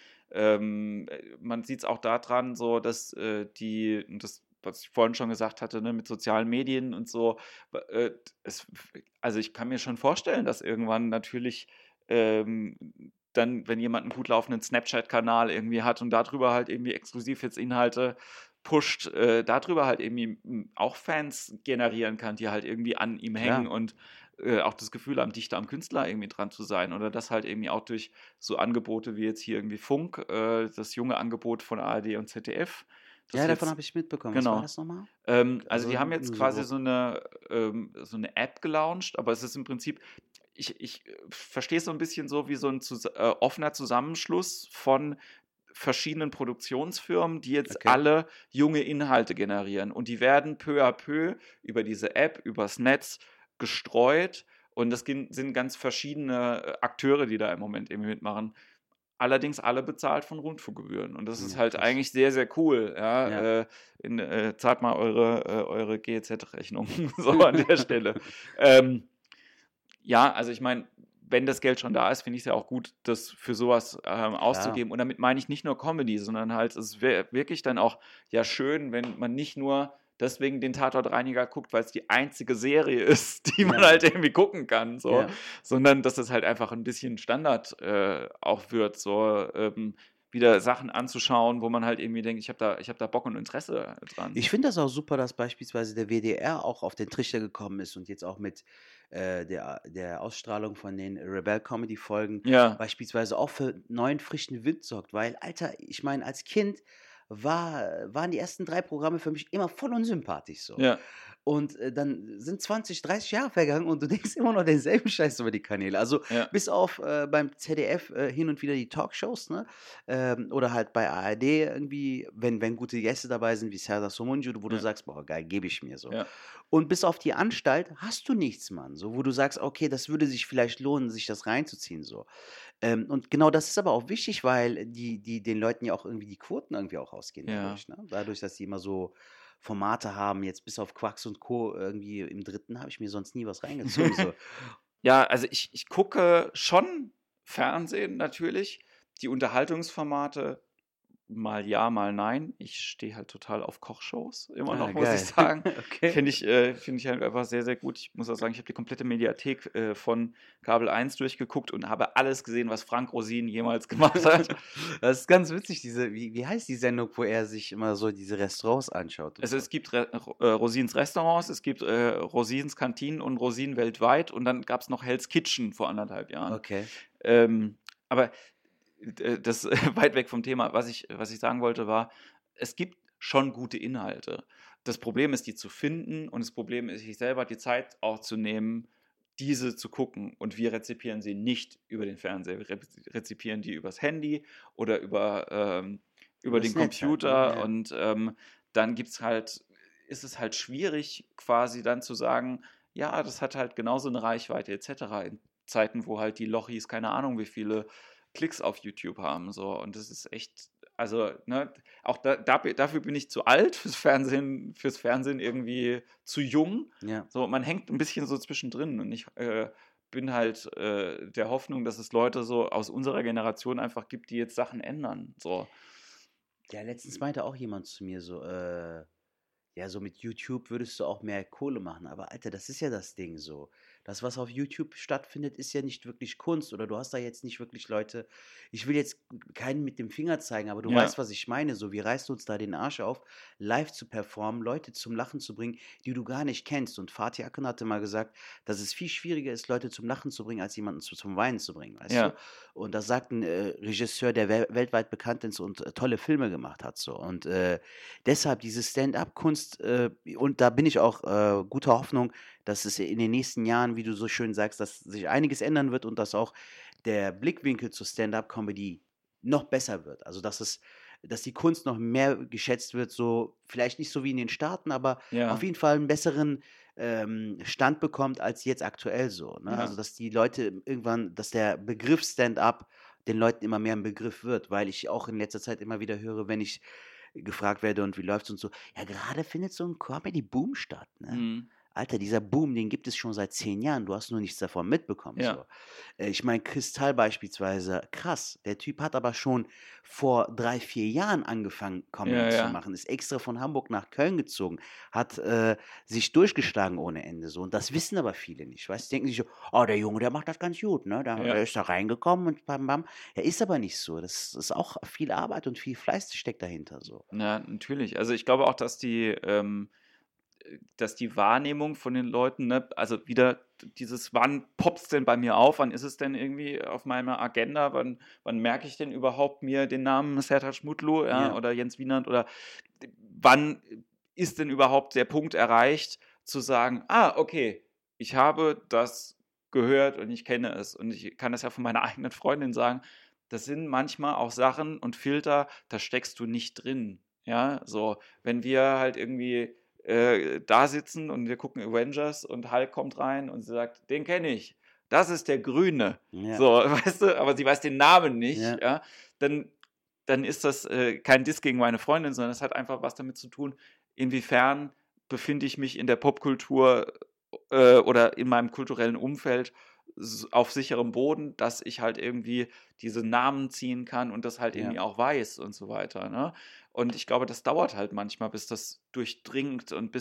Man sieht es auch daran, so, dass das, was ich vorhin schon gesagt hatte, ne, mit sozialen Medien und so, äh, es, also ich kann mir schon vorstellen, dass irgendwann natürlich ähm, dann, wenn jemand einen gut laufenden Snapchat-Kanal irgendwie hat und darüber halt irgendwie exklusiv jetzt Inhalte pusht, darüber halt irgendwie auch Fans generieren kann, die halt irgendwie an ihm hängen Klar. und auch das Gefühl haben, dichter am Künstler irgendwie dran zu sein. Oder das halt irgendwie auch durch so Angebote wie jetzt hier irgendwie Funk, das junge Angebot von ARD und ZDF, das Ja, davon jetzt, habe ich mitbekommen. Was war genau. das nochmal? Also Also, die haben jetzt nur so quasi grob. so eine App gelauncht, aber es ist im Prinzip, ich verstehe es so ein bisschen so wie so ein offener Zusammenschluss von verschiedenen Produktionsfirmen, die jetzt Okay. alle junge Inhalte generieren. Und die werden peu à peu über diese App, übers Netz gestreut. Und sind ganz verschiedene Akteure, die da im Moment irgendwie mitmachen. Allerdings alle bezahlt von Rundfunkgebühren. Und das ist Ja, halt krass. eigentlich sehr, sehr cool. Ja. Ja, zahlt mal eure GEZ-Rechnung so an der Stelle. Ähm, ja, also ich meine, wenn das Geld schon da ist, finde ich es ja auch gut, das für sowas Klar. auszugeben. Und damit meine ich nicht nur Comedy, sondern halt, es wäre wirklich dann auch ja schön, wenn man nicht nur deswegen den Tatortreiniger guckt, weil es die einzige Serie ist, die man Ja, halt Mann. irgendwie gucken kann, so, Ja. sondern dass es halt einfach ein bisschen Standard auch wird, so wieder Sachen anzuschauen, wo man halt irgendwie denkt, ich hab da Bock und Interesse dran. Ich finde das auch super, dass beispielsweise der WDR auch auf den Trichter gekommen ist und jetzt auch mit, der Ausstrahlung von den Rebel-Comedy-Folgen Ja, beispielsweise auch für neuen, frischen Wind sorgt, weil, Alter, ich meine, als Kind waren die ersten 3 Programme für mich immer voll unsympathisch so. ja, Und, dann sind 20, 30 Jahre vergangen und du denkst immer noch denselben Scheiß über die Kanäle. Also, ja, bis auf, beim ZDF, hin und wieder die Talkshows, ne? Oder halt bei ARD irgendwie, wenn gute Gäste dabei sind wie Serdar Somuncu, wo du ja, sagst: „Boah, geil, gebe ich mir so.“ ja. Und bis auf die Anstalt hast du nichts, Mann, so, wo du sagst: „Okay, das würde sich vielleicht lohnen, sich das reinzuziehen“, so. Und genau das ist aber auch wichtig, weil die den Leuten ja auch irgendwie die Quoten irgendwie auch ausgehen Ja. dadurch, ne? Dadurch, dass die immer so Formate haben, jetzt bis auf Quacks und Co. irgendwie im Dritten habe ich mir sonst nie was reingezogen, so. Ja, also ich gucke schon Fernsehen natürlich, die Unterhaltungsformate mal ja, mal nein. Ich stehe halt total auf Kochshows, immer Ah, noch, muss ich geil. sagen. Okay. Finde ich halt einfach sehr, sehr gut. Ich muss auch sagen, ich habe die komplette Mediathek von Kabel eins durchgeguckt und habe alles gesehen, was Frank Rosin jemals gemacht hat. Das ist ganz witzig, wie heißt die Sendung, wo er sich immer so diese Restaurants anschaut und Also so? es gibt Rosins Restaurants, es gibt Rosins Kantinen und Rosin weltweit und dann gab es noch Hell's Kitchen vor 1,5 Jahren. Okay. Aber das weit weg vom Thema. Was ich sagen wollte, war, es gibt schon gute Inhalte. Das Problem ist, die zu finden und das Problem ist, sich selber die Zeit auch zu nehmen, diese zu gucken. Und wir rezipieren sie nicht über den Fernseher. Wir rezipieren die übers Handy oder über Übers den Netz halt, ne? Computer Ja. und dann ist es halt schwierig, quasi dann zu sagen, ja, das hat halt genauso eine Reichweite etc. In Zeiten, wo halt die Lochis keine Ahnung, wie viele Klicks auf YouTube haben. So. Und das ist echt, also, ne, auch dafür bin ich zu alt, fürs Fernsehen irgendwie zu jung. Ja. So, man hängt ein bisschen so zwischendrin und ich bin halt der Hoffnung, dass es Leute so aus unserer Generation einfach gibt, die jetzt Sachen ändern. So. Ja, letztens meinte auch jemand zu mir so, ja, so mit YouTube würdest du auch mehr Kohle machen. Aber Alter, das ist ja das Ding so. das, was auf YouTube stattfindet, ist ja nicht wirklich Kunst oder du hast da jetzt nicht wirklich Leute, ich will jetzt keinen mit dem Finger zeigen, aber du Ja, weißt, was ich meine, so, wir reißen uns da den Arsch auf, live zu performen, Leute zum Lachen zu bringen, die du gar nicht kennst. Und Fatih Akin hatte mal gesagt, dass es viel schwieriger ist, Leute zum Lachen zu bringen, als jemanden zum Weinen zu bringen, weißt du? ja, Und das sagt ein Regisseur, der weltweit bekannt ist und tolle Filme gemacht hat, so. Und deshalb diese Stand-up-Kunst, und da bin ich auch guter Hoffnung, dass es in den nächsten Jahren, wie du so schön sagst, dass sich einiges ändern wird und dass auch der Blickwinkel zur Stand-up-Comedy noch besser wird. Also dass die Kunst noch mehr geschätzt wird, so vielleicht nicht so wie in den Staaten, aber auf ja, jeden Fall einen besseren Stand bekommt als jetzt aktuell so. Ne? Also ja. dass die Leute irgendwann, dass der Begriff Stand-up den Leuten immer mehr ein Begriff wird, weil ich auch in letzter Zeit immer wieder höre, wenn ich gefragt werde und wie läuft's und so, ja, gerade findet so ein Comedy-Boom statt, ne? Mhm. Alter, dieser Boom, den gibt es schon seit 10 Jahren, du hast nur nichts davon mitbekommen, Ja, so. Ich meine, Kristall beispielsweise, krass, der Typ hat aber schon vor 3 4 Jahren angefangen, Comedy ja, zu ja. machen, ist extra von Hamburg nach Köln gezogen, hat, sich durchgeschlagen ohne Ende so und das wissen aber viele nicht, weißt du? Die denken sich so: „Oh, der Junge, der macht das ganz gut, ne? Der Ja. ist da reingekommen und bam bam.“ Ja, ist aber nicht so. Das ist auch viel Arbeit und viel Fleiß steckt dahinter so. Ja, natürlich. Also ich glaube auch, dass die Wahrnehmung von den Leuten, ne, also wieder dieses, wann poppt's denn bei mir auf, wann ist es denn irgendwie auf meiner Agenda, wann merke ich denn überhaupt mir den Namen Sertaç Mutlu, ja, Ja, oder Jens Wienand, oder wann ist denn überhaupt der Punkt erreicht, zu sagen, ah, okay, ich habe das gehört und ich kenne es, und ich kann das ja von meiner eigenen Freundin sagen, das sind manchmal auch Sachen und Filter, da steckst du nicht drin, ja, so, wenn wir halt irgendwie da sitzen und wir gucken Avengers und Hulk kommt rein und sie sagt, den kenne ich, das ist der Grüne, ja, so, weißt du, aber sie weiß den Namen nicht, ja, ja, dann, dann ist das kein Diss gegen meine Freundin, sondern es hat einfach was damit zu tun, inwiefern befinde ich mich in der Popkultur oder in meinem kulturellen Umfeld auf sicherem Boden, dass ich halt irgendwie diese Namen ziehen kann und das halt ja. irgendwie auch weiß und so weiter. Ne? Und ich glaube, das dauert halt manchmal, bis das durchdringt und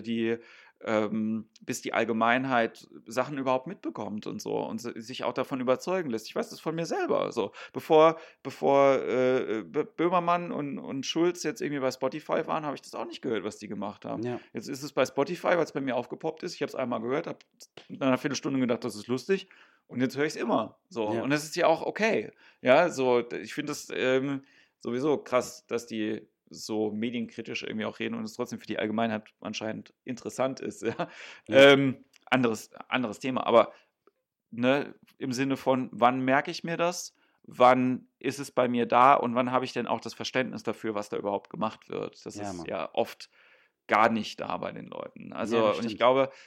bis die Allgemeinheit Sachen überhaupt mitbekommt und so und sich auch davon überzeugen lässt. Ich weiß das von mir selber. So, bevor Böhmermann und Schulz jetzt irgendwie bei Spotify waren, habe ich das auch nicht gehört, was die gemacht haben. Ja, Jetzt ist es bei Spotify, weil es bei mir aufgepoppt ist. Ich habe es einmal gehört, habe in einer Viertelstunde gedacht, das ist lustig. Und jetzt höre ich es immer. So. ja, Und das ist ja auch okay. Ja, so, ich finde das sowieso krass, dass die so medienkritisch irgendwie auch reden und es trotzdem für die Allgemeinheit anscheinend interessant ist. Ja. ja. Anderes Thema. Aber ne, im Sinne von, wann merke ich mir das? Wann ist es bei mir da und wann habe ich denn auch das Verständnis dafür, was da überhaupt gemacht wird? Das Ja, ist Mann. ja oft gar nicht da bei den Leuten. Ja, das Also, und ich stimmt. glaube,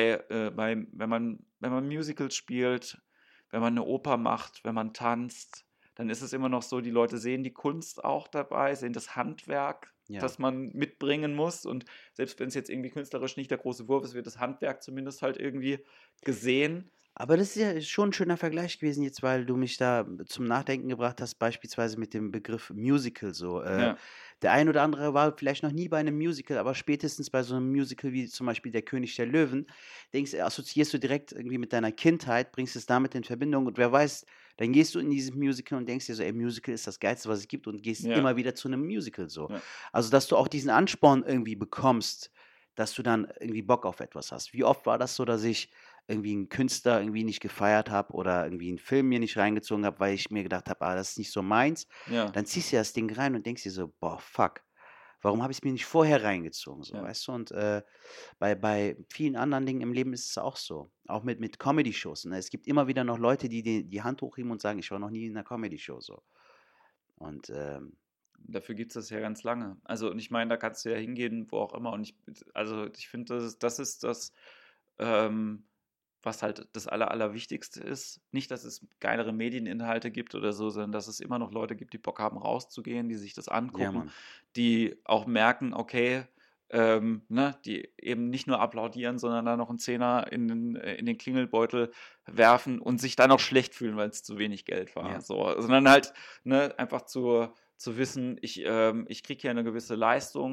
wenn man Musicals spielt, wenn man eine Oper macht, wenn man tanzt, dann ist es immer noch so, die Leute sehen die Kunst auch dabei, sehen das Handwerk, Ja. das man mitbringen muss. Und selbst wenn es jetzt irgendwie künstlerisch nicht der große Wurf ist, wird das Handwerk zumindest halt irgendwie gesehen. Aber das ist ja schon ein schöner Vergleich gewesen jetzt, weil du mich da zum Nachdenken gebracht hast, beispielsweise mit dem Begriff Musical so. Ja, Der ein oder andere war vielleicht noch nie bei einem Musical, aber spätestens bei so einem Musical wie zum Beispiel Der König der Löwen, assoziierst du direkt irgendwie mit deiner Kindheit, bringst es damit in Verbindung und wer weiß, dann gehst du in dieses Musical und denkst dir so, ey, Musical ist das Geilste, was es gibt und gehst ja, immer wieder zu einem Musical so. ja. Also, dass du auch diesen Ansporn irgendwie bekommst, dass du dann irgendwie Bock auf etwas hast. Wie oft war das so, dass ich irgendwie 'n Künstler irgendwie nicht gefeiert habe oder irgendwie 'n Film mir nicht reingezogen habe, weil ich mir gedacht habe: „Ah, das ist nicht so meins.“ Ja, Dann ziehst du das Ding rein und denkst dir so: „Boah, fuck, warum habe ich's mir nicht vorher reingezogen“, so, ja, weißt du? Und, bei vielen anderen Dingen im Leben ist es auch so, auch mit Comedy-Shows, ne? Es gibt immer wieder noch Leute, die die Hand hochheben und sagen: „Ich war noch nie in 'ner Comedy-Show“, so. Und, dafür gibt es das ja ganz lange. Also, und ich meine, da kannst du ja hingehen, wo auch immer. Und ich finde, das ist das, ähm, was halt das Allerwichtigste ist. Nicht, dass es geilere Medieninhalte gibt oder so, sondern dass es immer noch Leute gibt, die Bock haben, rauszugehen, die sich das ja, angucken, Mann. die auch merken, okay, ne, die eben nicht nur applaudieren, sondern dann noch einen Zehner in den Klingelbeutel werfen und sich dann auch schlecht fühlen, weil es zu wenig Geld war. Ja, So, sondern halt, ne, einfach zu wissen, ich kriege hier eine gewisse Leistung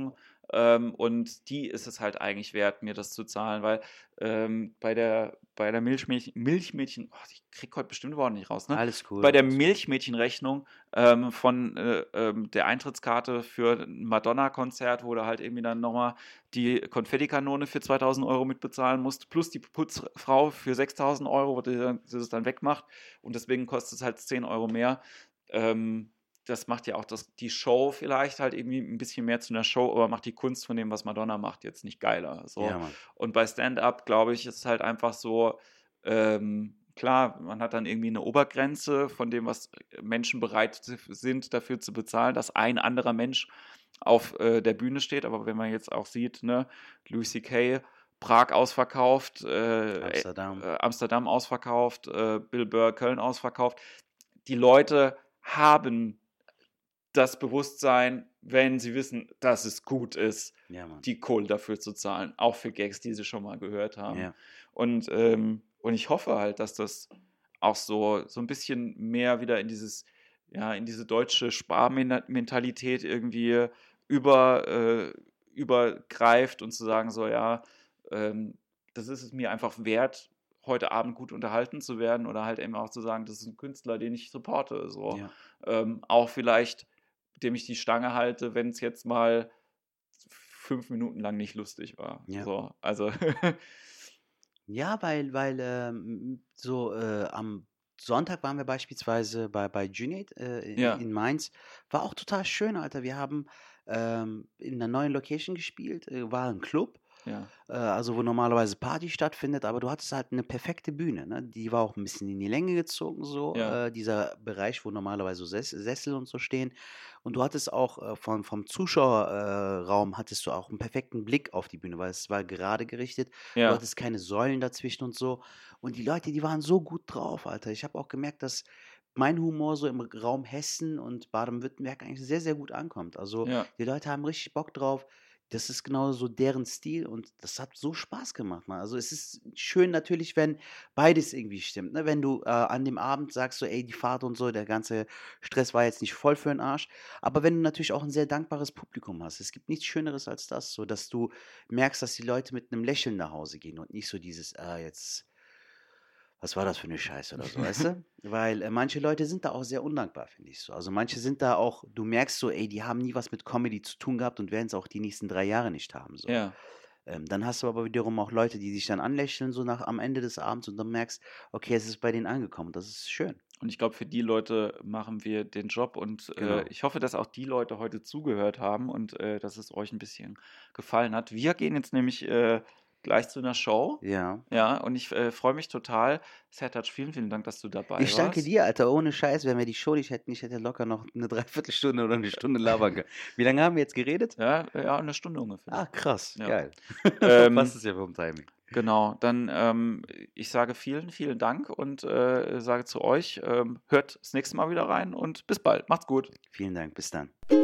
Und die ist es halt eigentlich wert, mir das zu zahlen, weil bei der Milchmädchen, ich krieg heute bestimmt Worte nicht raus, ne? Alles cool. Bei der alles cool. Milchmädchenrechnung von der Eintrittskarte für ein Madonna-Konzert, wo du halt irgendwie dann nochmal die Konfettikanone für 2.000 Euro mitbezahlen musst, plus die Putzfrau für 6.000 Euro, wo die das dann wegmacht. Und deswegen kostet es halt 10 Euro mehr. Das macht ja auch die Show vielleicht halt irgendwie ein bisschen mehr zu einer Show, aber macht die Kunst von dem, was Madonna macht, jetzt nicht geiler. So. Ja, Mann. Und bei Stand-Up, glaube ich, ist es halt einfach so, klar, man hat dann irgendwie eine Obergrenze von dem, was Menschen bereit sind, dafür zu bezahlen, dass ein anderer Mensch auf der Bühne steht. Aber wenn man jetzt auch sieht, ne, Louis C.K., Prag ausverkauft, Amsterdam ausverkauft, Bill Burr Köln ausverkauft. Die Leute haben das Bewusstsein, wenn sie wissen, dass es gut ist, Ja, Mann. die Kohle dafür zu zahlen, auch für Gags, die sie schon mal gehört haben. Ja. Und ich hoffe halt, dass das auch so ein bisschen mehr wieder in diese deutsche Sparmentalität irgendwie übergreift und zu sagen, so ja, das ist es mir einfach wert, heute Abend gut unterhalten zu werden oder halt eben auch zu sagen, das ist ein Künstler, den ich supporte. So. Ja. Auch vielleicht, dem ich die Stange halte, wenn es jetzt mal 5 Minuten lang nicht lustig war. Ja. So, also Ja, weil am Sonntag waren wir beispielsweise bei Junaid Ja. in Mainz. War auch total schön, Alter. Wir haben in einer neuen Location gespielt, war ein Club, ja, also wo normalerweise Party stattfindet, aber du hattest halt eine perfekte Bühne, ne? Die war auch ein bisschen in die Länge gezogen, so, Ja. dieser Bereich, wo normalerweise so Sessel und so stehen. Und du hattest auch vom Zuschauerraum hattest du auch einen perfekten Blick auf die Bühne, weil es war gerade gerichtet. Du ja, hattest keine Säulen dazwischen und so. Und die Leute, die waren so gut drauf, Alter. Ich habe auch gemerkt, dass mein Humor so im Raum Hessen und Baden-Württemberg eigentlich sehr, sehr gut ankommt. Also ja. die Leute haben richtig Bock drauf. Das ist genau so deren Stil und das hat so Spaß gemacht, Mann. Also es ist schön natürlich, wenn beides irgendwie stimmt. Ne? Wenn du an dem Abend sagst, so, ey, die Fahrt und so, der ganze Stress war jetzt nicht voll für den Arsch. Aber wenn du natürlich auch ein sehr dankbares Publikum hast, es gibt nichts Schöneres als das, so dass du merkst, dass die Leute mit einem Lächeln nach Hause gehen und nicht so dieses, jetzt, was war das für eine Scheiße oder so, weißt du? Weil manche Leute sind da auch sehr undankbar, finde ich so. Also manche sind da auch, du merkst so, ey, die haben nie was mit Comedy zu tun gehabt und werden es auch die nächsten 3 Jahre nicht haben, so. Ja. Dann hast du aber wiederum auch Leute, die sich dann anlächeln, so am Ende des Abends und dann merkst, okay, es ist bei denen angekommen. Das ist schön. Und ich glaube, für die Leute machen wir den Job und Genau. ich hoffe, dass auch die Leute heute zugehört haben und dass es euch ein bisschen gefallen hat. Wir gehen jetzt nämlich gleich zu einer Show. Ja. Ja, und ich freue mich total. Sertac, vielen, vielen Dank, dass du dabei Ich danke warst. dir, Alter. Ohne Scheiß, wenn wir die Show nicht hätten, ich hätte locker noch eine Dreiviertelstunde oder eine Stunde labern können. Wie lange haben wir jetzt geredet? Ja, eine Stunde ungefähr. Ah, krass. Ja. Geil. Passt es ja vom Timing. Genau, dann ich sage vielen, vielen Dank und sage zu euch, hört das nächste Mal wieder rein und bis bald. Macht's gut. Vielen Dank. Bis dann.